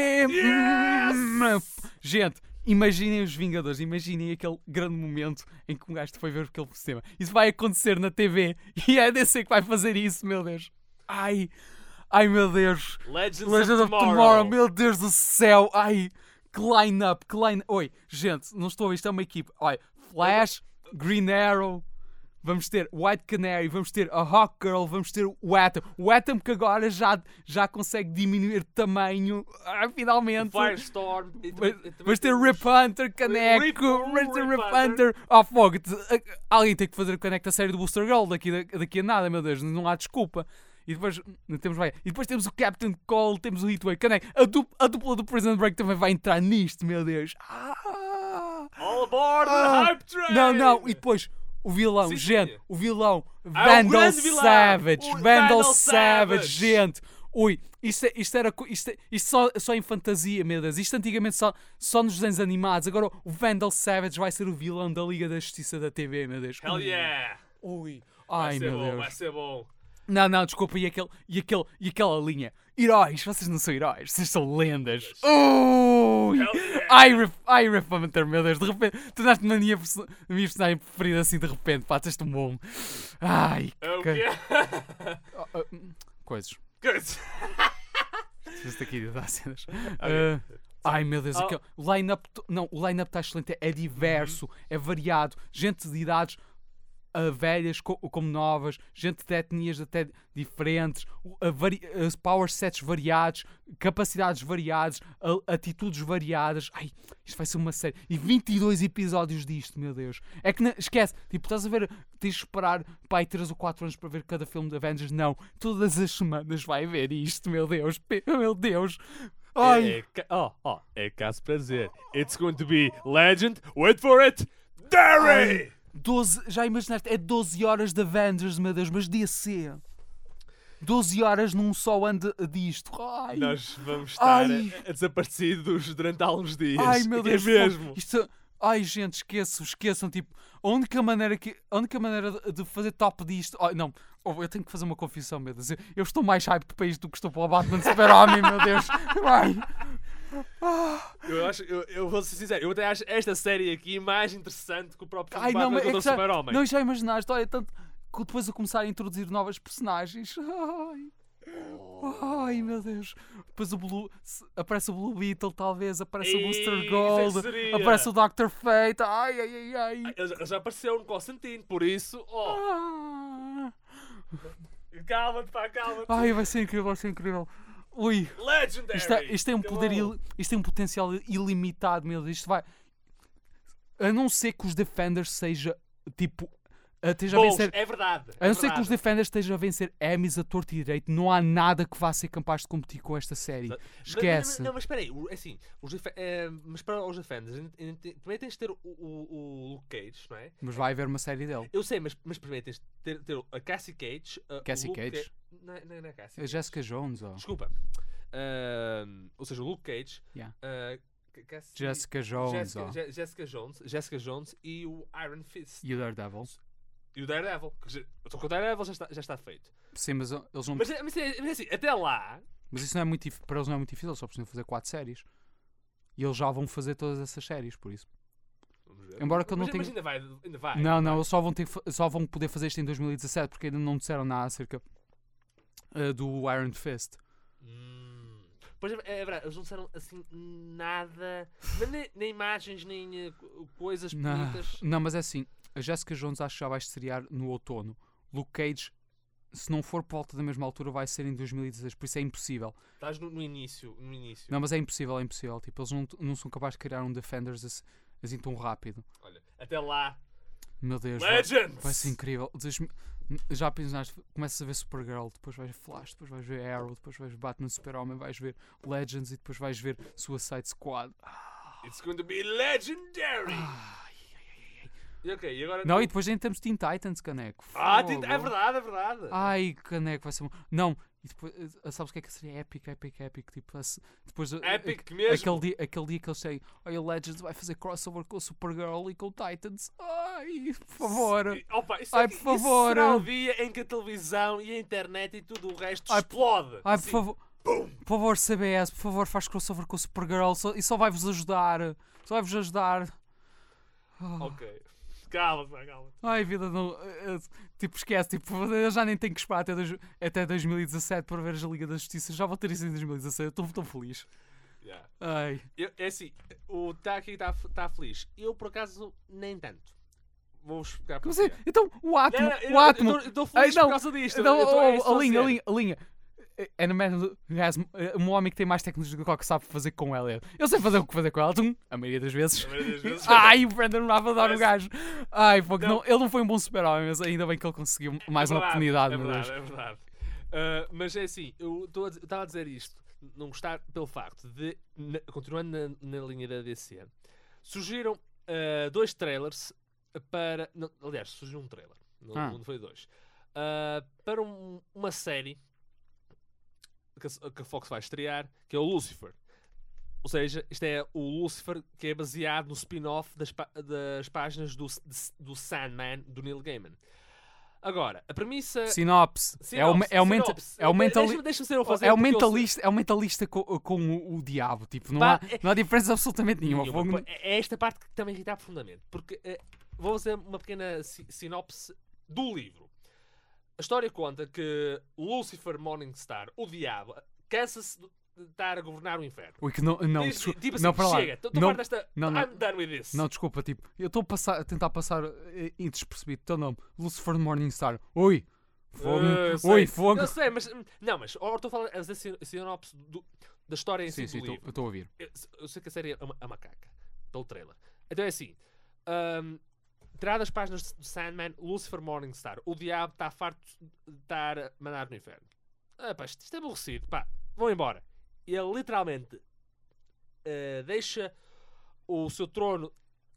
Gente, imaginem os Vingadores, imaginem aquele grande momento em que um gajo foi ver aquele cinema. Isso vai acontecer na TV e é a DC que vai fazer isso, meu Deus. Ai, meu Deus. Legends of Tomorrow. Meu Deus do céu. Ai, que line-up. Oi, gente, não estou a ver, isto é uma equipe. Olha, Flash, Green Arrow, vamos ter White Canary, vamos ter a Hawk Girl, vamos ter o Atom. O Atom que agora já consegue diminuir de tamanho, finalmente. Firestorm. Vamos ter Rip Hunter, Caneco, vamos ter Rip Hunter. Fogo, alguém tem que fazer o Caneco da série do Booster Girl daqui a nada, meu Deus, não há desculpa. E depois temos o Captain Cole, temos o Heatwave, Caneco. A dupla do Prison Break também vai entrar nisto, meu Deus. All aboard the hype train! Não, e depois o vilão, Sim, gente, sim. o vilão, o Vandal grande vilão, Savage, o Vandal Vandal Savage, Savage. gente. Ui, isto só em fantasia, meu Deus. Isto antigamente só nos desenhos animados. Agora o Vandal Savage vai ser o vilão da Liga da Justiça da TV, meu Deus. Hell yeah! Ui, Vai ai ser meu bom, Deus. vai ser bom. Não, desculpa, e aquela linha. Heróis, vocês não são heróis, vocês são lendas. Ui! Hell yeah! Ai, Rip Hunter, meu Deus, de repente, tu daste na minha personagem preferida assim de repente, pá, tens-te um bom. Ai, É o quê? coisas. Good. Preciso aqui de dar cenas. Ok. Ai meu Deus, o line-up está excelente, é diverso, é variado, gente de idades velhas como novas, gente de etnias até diferentes, power sets variados, capacidades variadas, atitudes variadas. Ai, isto vai ser uma série. E 22 episódios disto, meu Deus. É que esquece, tipo, estás a ver, tens de esperar pai 3 ou 4 anos para ver cada filme de Avengers. Não, todas as semanas vai ver isto, meu Deus. Meu Deus. Ai. É caso para dizer. It's going to be legend. Wait for it. Derry! 12, já imaginaste? É 12 horas de Avengers, meu Deus, mas DC. 12 horas num só ano disto. Ai. Nós vamos estar Ai. desaparecidos durante alguns dias. Ai, meu Deus. É mesmo. Ai, gente, esqueçam. Tipo, a única maneira de fazer top disto. Oh, não, eu tenho que fazer uma confissão, meu Deus. Eu estou mais hype para isto do que estou para o Batman Super-Homem, meu Deus. Ai. Eu vou ser sincero, eu até acho esta série aqui mais interessante que o próprio Ai, Batman não, contra o Super-Homem. Não, já imaginaste, olha, tanto que depois a começar a introduzir novas personagens. Ai, meu Deus. Depois aparece o Blue Beetle, talvez, aparece o Booster Gold, aparece o Dr. Fate. Ai. Ele já apareceu no Constantine, por isso. Calma-te, pá, calma-te. Ai, vai ser incrível. Ui. Legendary! Isto tem um potencial ilimitado, meu Deus. Isto vai. A não ser que os Defenders seja tipo. Esteja a vencer. É verdade. A não ser que os Defenders estejam a vencer Emmys a torto e direito, não há nada que vá ser capaz de competir com esta série. Esquece. Mas espera aí, assim, mas para os Defenders, primeiro tens de ter o Luke Cage, não é? Mas vai haver uma série dele. Eu sei, mas primeiro tens de ter a Cassie Cage. Cassie Cage? Não é Cassie. A Jessica Jones, ó. Desculpa. Ou seja, o Luke Cage. Yeah. Jessica Jessica Jones e o Iron Fist. E o Daredevil. E o Daredevil. O Daredevil já está feito. Sim, mas eles não. Mas assim, até lá. Mas isso não é muito para eles não é muito difícil, eles só precisam fazer 4 séries. E eles já vão fazer todas essas séries, por isso. Embora que eu não tenha. Mas ainda vai. Não, eles só vão poder fazer isto em 2017 porque ainda não disseram nada acerca do Iron Fist. Pois é verdade, eles não disseram assim nada, nem imagens, nem coisas bonitas. Não, mas é assim, a Jessica Jones acho que já vai estrear no outono. Luke Cage, se não for por volta da mesma altura, vai ser em 2016, por isso é impossível. Estás no início. Não, mas é impossível. Tipo, eles não são capazes de criar um Defenders assim tão rápido. Olha, até lá. Meu Deus, Legends! vai ser incrível. Já pensaste, começas a ver Supergirl, depois vais ver Flash, depois vais ver Arrow, depois vais ver Batman Super-Homem, vais ver Legends e depois vais ver Suicide Squad. It's going to be legendary! E agora não, e depois ainda temos Teen Titans, Caneco. É verdade. Ai, Caneco, vai ser bom. Não, e depois, sabes o que é que seria épico? Tipo, depois, Épico mesmo. Aquele dia que eles têm, olha, o Legends vai fazer crossover com o Supergirl e com o Titans. Ai, por favor. Por favor. Isso será o dia em que a televisão e a internet e tudo o resto explode. Ai, por favor. Por favor, CBS, por favor, faz crossover com o Supergirl e só vai-vos ajudar. Ok. Calma. Ai, vida, não. Tipo, esquece. Tipo, eu já nem tenho que esperar até 2017 para ver a Liga da Justiça. Já vou ter isso em 2016. Eu estou tão feliz. Yeah. Ai. É assim, o Taki está feliz. Eu, por acaso, nem tanto. Vou explicar para você. Então, o Átomo. Eu estou feliz por causa disto. A linha. Um homem que tem mais tecnologia do que sabe fazer com ela. Eu sei fazer o que fazer com ela, a maioria das vezes. Ai, o Brandon não vai dar o gajo. Ai, porque não, ele não foi um bom super-homem, mas ainda bem que ele conseguiu mais uma oportunidade. É verdade. Mas é assim, eu estava a dizer isto, não gostar pelo facto de, continuando na linha da DC, surgiram 2 trailers para. Não, aliás, surgiu um trailer, não foi 2, para uma série que a Fox vai estrear, que é o Lucifer. Ou seja, isto é o Lucifer que é baseado no spin-off das páginas do Sandman, do Neil Gaiman. Agora, a premissa... Sinopse. É o mentalista com o diabo. Tipo, não há diferença absolutamente nenhuma. É esta parte que também irrita profundamente. Porque vou fazer uma pequena sinopse do livro. A história conta que Lucifer Morningstar, o diabo, cansa-se estar a governar o inferno. Ui, que não, Tipo assim, não, para lá. chega, estou Não, farto desta. não. I'm done with this. Não, desculpa, tipo, eu estou a tentar passar despercebido o teu nome, Lucifer Morningstar. Oi, fogo, oi, fogo. Eu sei, mas não, mas estou a falar a sinopse da história em si Sim, do livro. eu estou a ouvir. Eu sei que a série é uma macaca, pelo trailer. Então é assim, tirado as páginas de Sandman, Lucifer Morningstar, o diabo está farto de estar a mandar no inferno. Pá, isto é aborrecido, pá, vão embora. E ele literalmente deixa o seu trono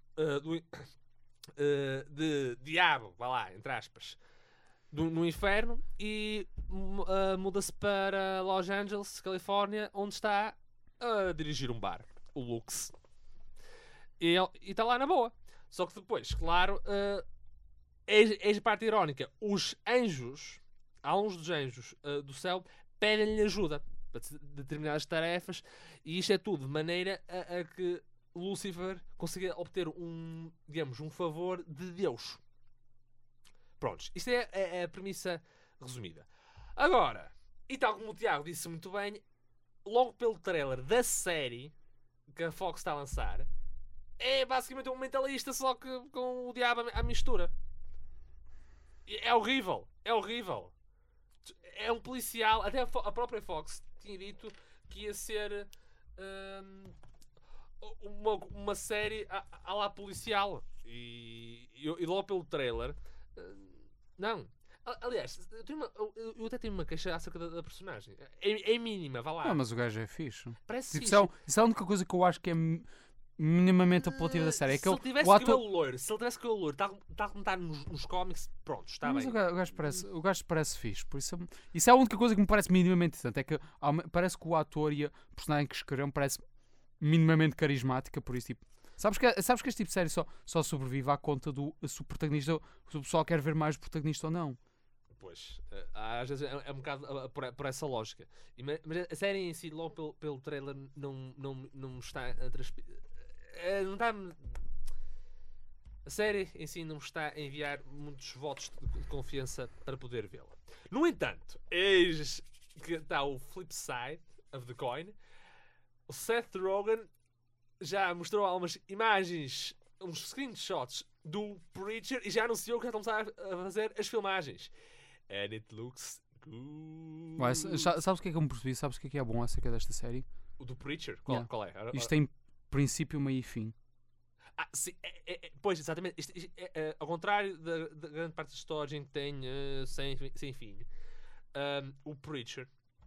de diabo, vá lá, entre aspas, no inferno e muda-se para Los Angeles, Califórnia, onde está a dirigir um bar, o Lux. E está lá na boa. Só que depois, claro, eis a parte irónica. Os anjos, alguns dos anjos do céu, pedem-lhe ajuda para determinadas tarefas, e isto é tudo de maneira a que Lúcifer consiga obter um favor de Deus. Prontos, isto é a premissa resumida. Agora, e tal como o Tiago disse muito bem, logo pelo trailer da série que a Fox está a lançar, é basicamente um mentalista, só que com o diabo à mistura. É horrível, é horrível. É um policial, até a própria Fox tinha dito que ia ser uma série à la policial. E logo pelo trailer, não. Aliás, eu até tenho uma queixa acerca da personagem. É mínima, vá lá. Não, mas o gajo é fixe. Parece Tipo, fixe. isso é a única coisa que eu acho que é minimamente apelativa da série. É que se ele tivesse cabelo loiro, tal como está nos cómics, pronto, está mas bem. O gajo parece fixe. Por isso é a única coisa que me parece minimamente interessante. É que parece que o ator e a personagem que escreveram parece minimamente carismática. Por isso, tipo, sabes que este tipo de série só sobrevive à conta se o protagonista, se o pessoal quer ver mais o protagonista ou não. Pois, às vezes é um bocado por essa lógica. Mas a série em si, logo pelo trailer, não me está a transpirar. Não está. A série em si não me está a enviar muitos votos de confiança para poder vê-la. No entanto, eis que está o flip side of the coin. O Seth Rogen já mostrou algumas imagens, uns screenshots do Preacher, e já anunciou que já estão a fazer as filmagens. And it looks good. Mas, sabes o que é que eu me percebi? Sabes o que é bom acerca desta série? O do Preacher? Yeah. Qual é? Isto tem princípio, meio e fim. Sim, pois, exatamente. Isto ao contrário da grande parte das histórias em que tem sem fim, o Preacher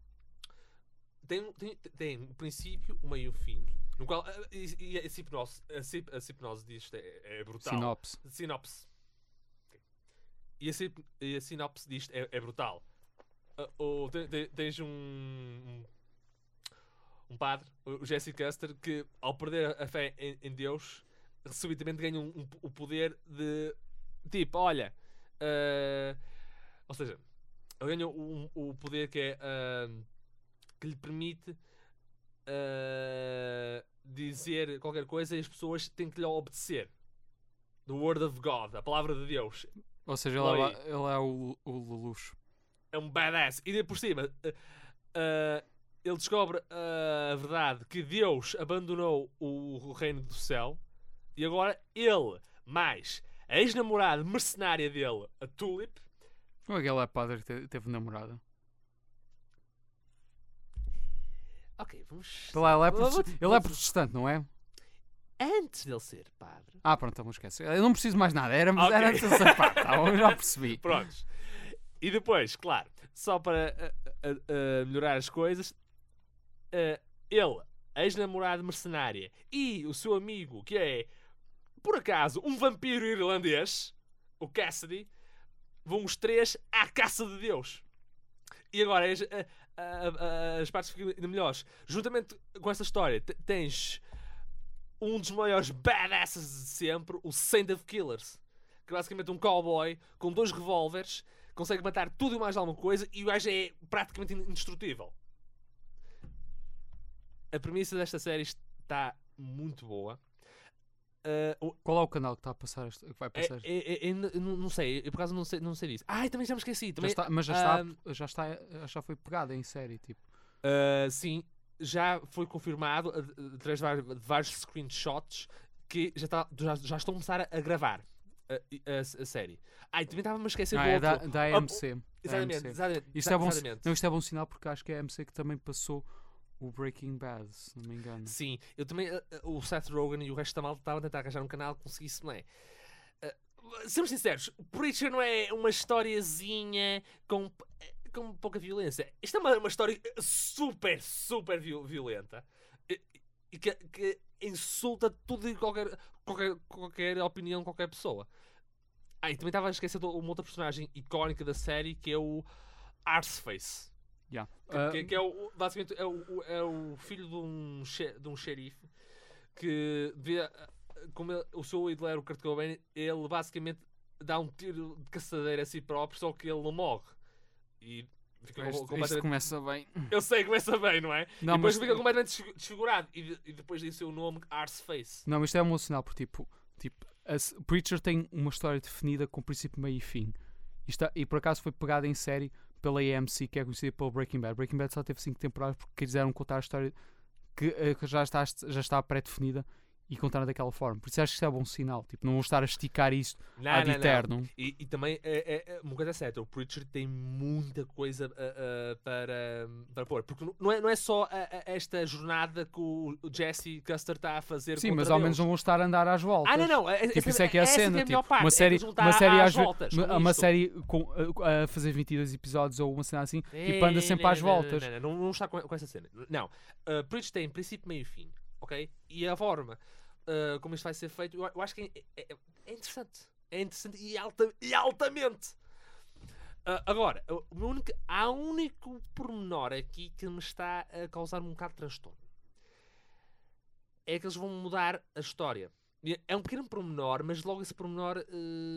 tem um princípio, um meio e um fim. No qual, e a hipnose disto é brutal. Sinopse. E a sinopse disto é brutal. Tens um padre, o Jesse Custer, que ao perder a fé em Deus, subitamente ganha o poder de tipo, olha, ou seja, ele ganha o poder que é que lhe permite dizer qualquer coisa e as pessoas têm que lhe obedecer. The word of God, a palavra de Deus. Ou seja, ele é o Lelouch. É um badass. E por cima, ele descobre a verdade que Deus abandonou o reino do céu, e agora ele, mais a ex-namorada mercenária dele, a Tulip. Como é que ele é padre e teve namorada? Ok, vamos... Ele é protestante, não é? Antes dele ser padre. Pronto, então esquece. Eu não preciso mais nada. Era antes de ser padre. Eu já percebi. Prontos. E depois, claro, só para melhorar as coisas, ele, a ex-namorada mercenária, e o seu amigo, que é, por acaso, um vampiro irlandês, o Cassidy, vão os três à caça de Deus. E agora as partes ficam ainda melhores. Juntamente com essa história, tens um dos maiores badasses de sempre, o Saint of Killers, que é basicamente um cowboy com 2 revólveres, consegue matar tudo e mais alguma coisa, e o gajo é praticamente indestrutível. A premissa desta série está muito boa. Qual é o canal que está a passar que vai passar? Não sei, eu por acaso não sei disso. Também já me esqueci. Também, Já foi pegada em série, tipo. Sim, já foi confirmado através de vários screenshots que já estão a começar a gravar a série. E também estava-me a esquecer do É outro. da AMC. Exatamente, exatamente. Isto é bom, exatamente. não, isto é bom sinal porque acho que é a AMC que também passou o Breaking Bad, se não me engano. Sim, eu também, o Seth Rogen e o resto da malta estavam a tentar arranjar um canal que conseguisse, não é? Sejamos sinceros, Preacher não é uma historiazinha com pouca violência. Isto é uma história super, super violenta e que insulta tudo e qualquer opinião de qualquer pessoa. E também estava a esquecer de uma outra personagem icónica da série que é o Arseface. Yeah. Que basicamente é o filho de um xerife que devia, como o seu ídolo era o Kurt Cobain, ele basicamente dá um tiro de caçadeira a si próprio, só que ele não morre. E fica completamente... Isto começa bem. Eu sei, começa bem, não é? Não, e depois mas... fica completamente desfigurado. E depois disso o nome Arseface. Não, mas isto é um sinal, porque Preacher tem uma história definida com princípio, meio e fim. E por acaso foi pegada em série pela AMC, que é conhecida pelo Breaking Bad. Breaking Bad só teve 5 temporadas porque quiseram contar a história que já está pré-definida e contar daquela forma. Por isso acho que isso é bom sinal. Tipo, não vão estar a esticar isto ad eterno. E também uma coisa é certa, o Preacher tem muita coisa para pôr. Porque não é só esta jornada que o Jesse Custer está a fazer. Sim, mas ao menos não vão estar a andar às voltas. Não. Tipo, isso é que é a cena. Tipo, uma série uma série a fazer 22 episódios ou uma cena assim, tipo, anda sempre às voltas. Não está com essa cena. Não. Preacher tem princípio, meio e fim. Ok? E a forma como isto vai ser feito, eu acho que é interessante. É interessante e altamente. Agora, há um único pormenor aqui que me está a causar um bocado de transtorno. É que eles vão mudar a história. É um pequeno pormenor, mas logo esse pormenor...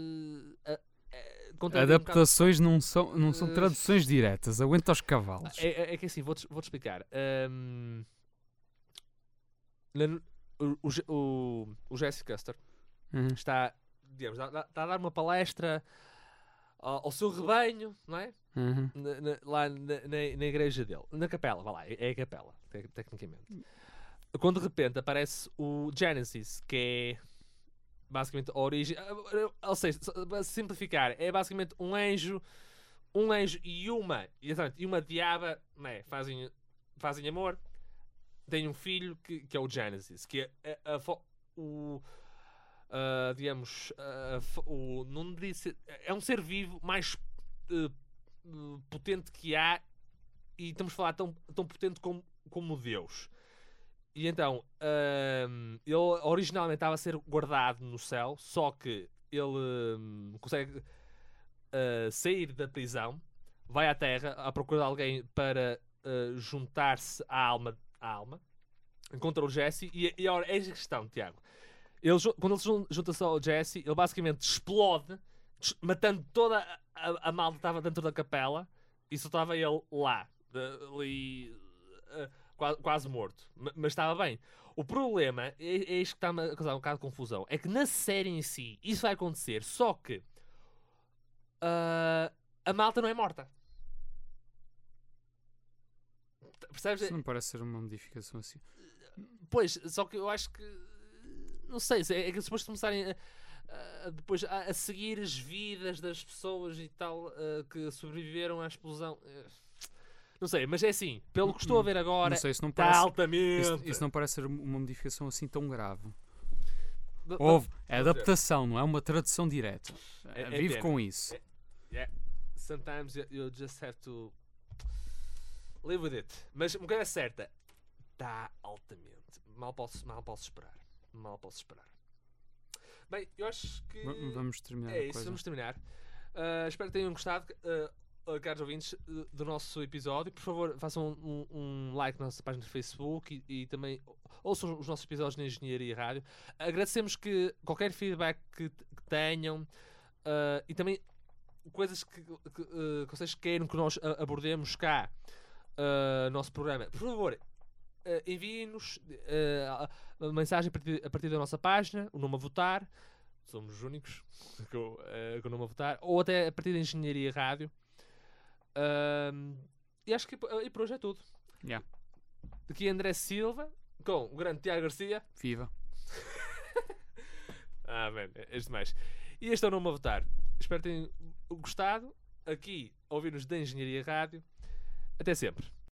adaptações não são traduções diretas. Aguenta os cavalos. É que assim, vou-te explicar. O Jesse Custer está a dar uma palestra ao seu rebanho, não é? Lá na igreja dele, na capela, vá lá, é a capela, tecnicamente. Quando de repente aparece o Genesis, que é basicamente a origem, ou seja, para simplificar, é basicamente um anjo e uma diaba, não é? Fazem amor. Tem um filho que é o Genesis, que é não disse, é um ser vivo mais potente que há, e estamos a falar tão potente como Deus. E então ele originalmente estava a ser guardado no céu, só que ele consegue sair da prisão, vai à Terra à procura de alguém para juntar-se à alma, encontra o Jesse e ora, é a questão, Tiago. Quando ele junta-se ao Jesse, ele basicamente explode, matando toda a malta que estava dentro da capela, e só estava ele lá, ali, quase morto. Mas estava bem. O problema é isto que está-me a causar um bocado de confusão. É que na série em si isso vai acontecer, só que a malta não é morta. Percebes? Isso não parece ser uma modificação assim. Pois, só que eu acho que não sei, é que depois de começarem depois a seguir as vidas das pessoas e tal que sobreviveram à explosão. Não sei, mas é assim, pelo que estou a ver agora, está altamente. Isso não parece ser uma modificação assim tão grave. É adaptação, não é uma tradução direta. Vive com isso. Sometimes you just have to live with it. Mas uma coisa é certa, está altamente. Mal posso esperar. Bem, eu acho que vamos terminar. É isso, vamos terminar. Espero que tenham gostado, caros ouvintes, do nosso episódio. Por favor, façam um like na nossa página de Facebook e também ouçam os nossos episódios na Engenharia Rádio. Agradecemos que qualquer feedback que tenham e também coisas que vocês queiram que nós abordemos cá no nosso programa. Por favor, enviem-nos uma mensagem a partir da nossa página, o nome a votar. Somos os únicos com o nome a votar. Ou até a partir da Engenharia Rádio. E acho que por hoje é tudo. Daqui André Silva, com o grande Tiago Garcia. Viva. Man, é demais. E este é o Nome a Votar. Espero que tenham gostado. Aqui, ouvir-nos da Engenharia Rádio. Até sempre.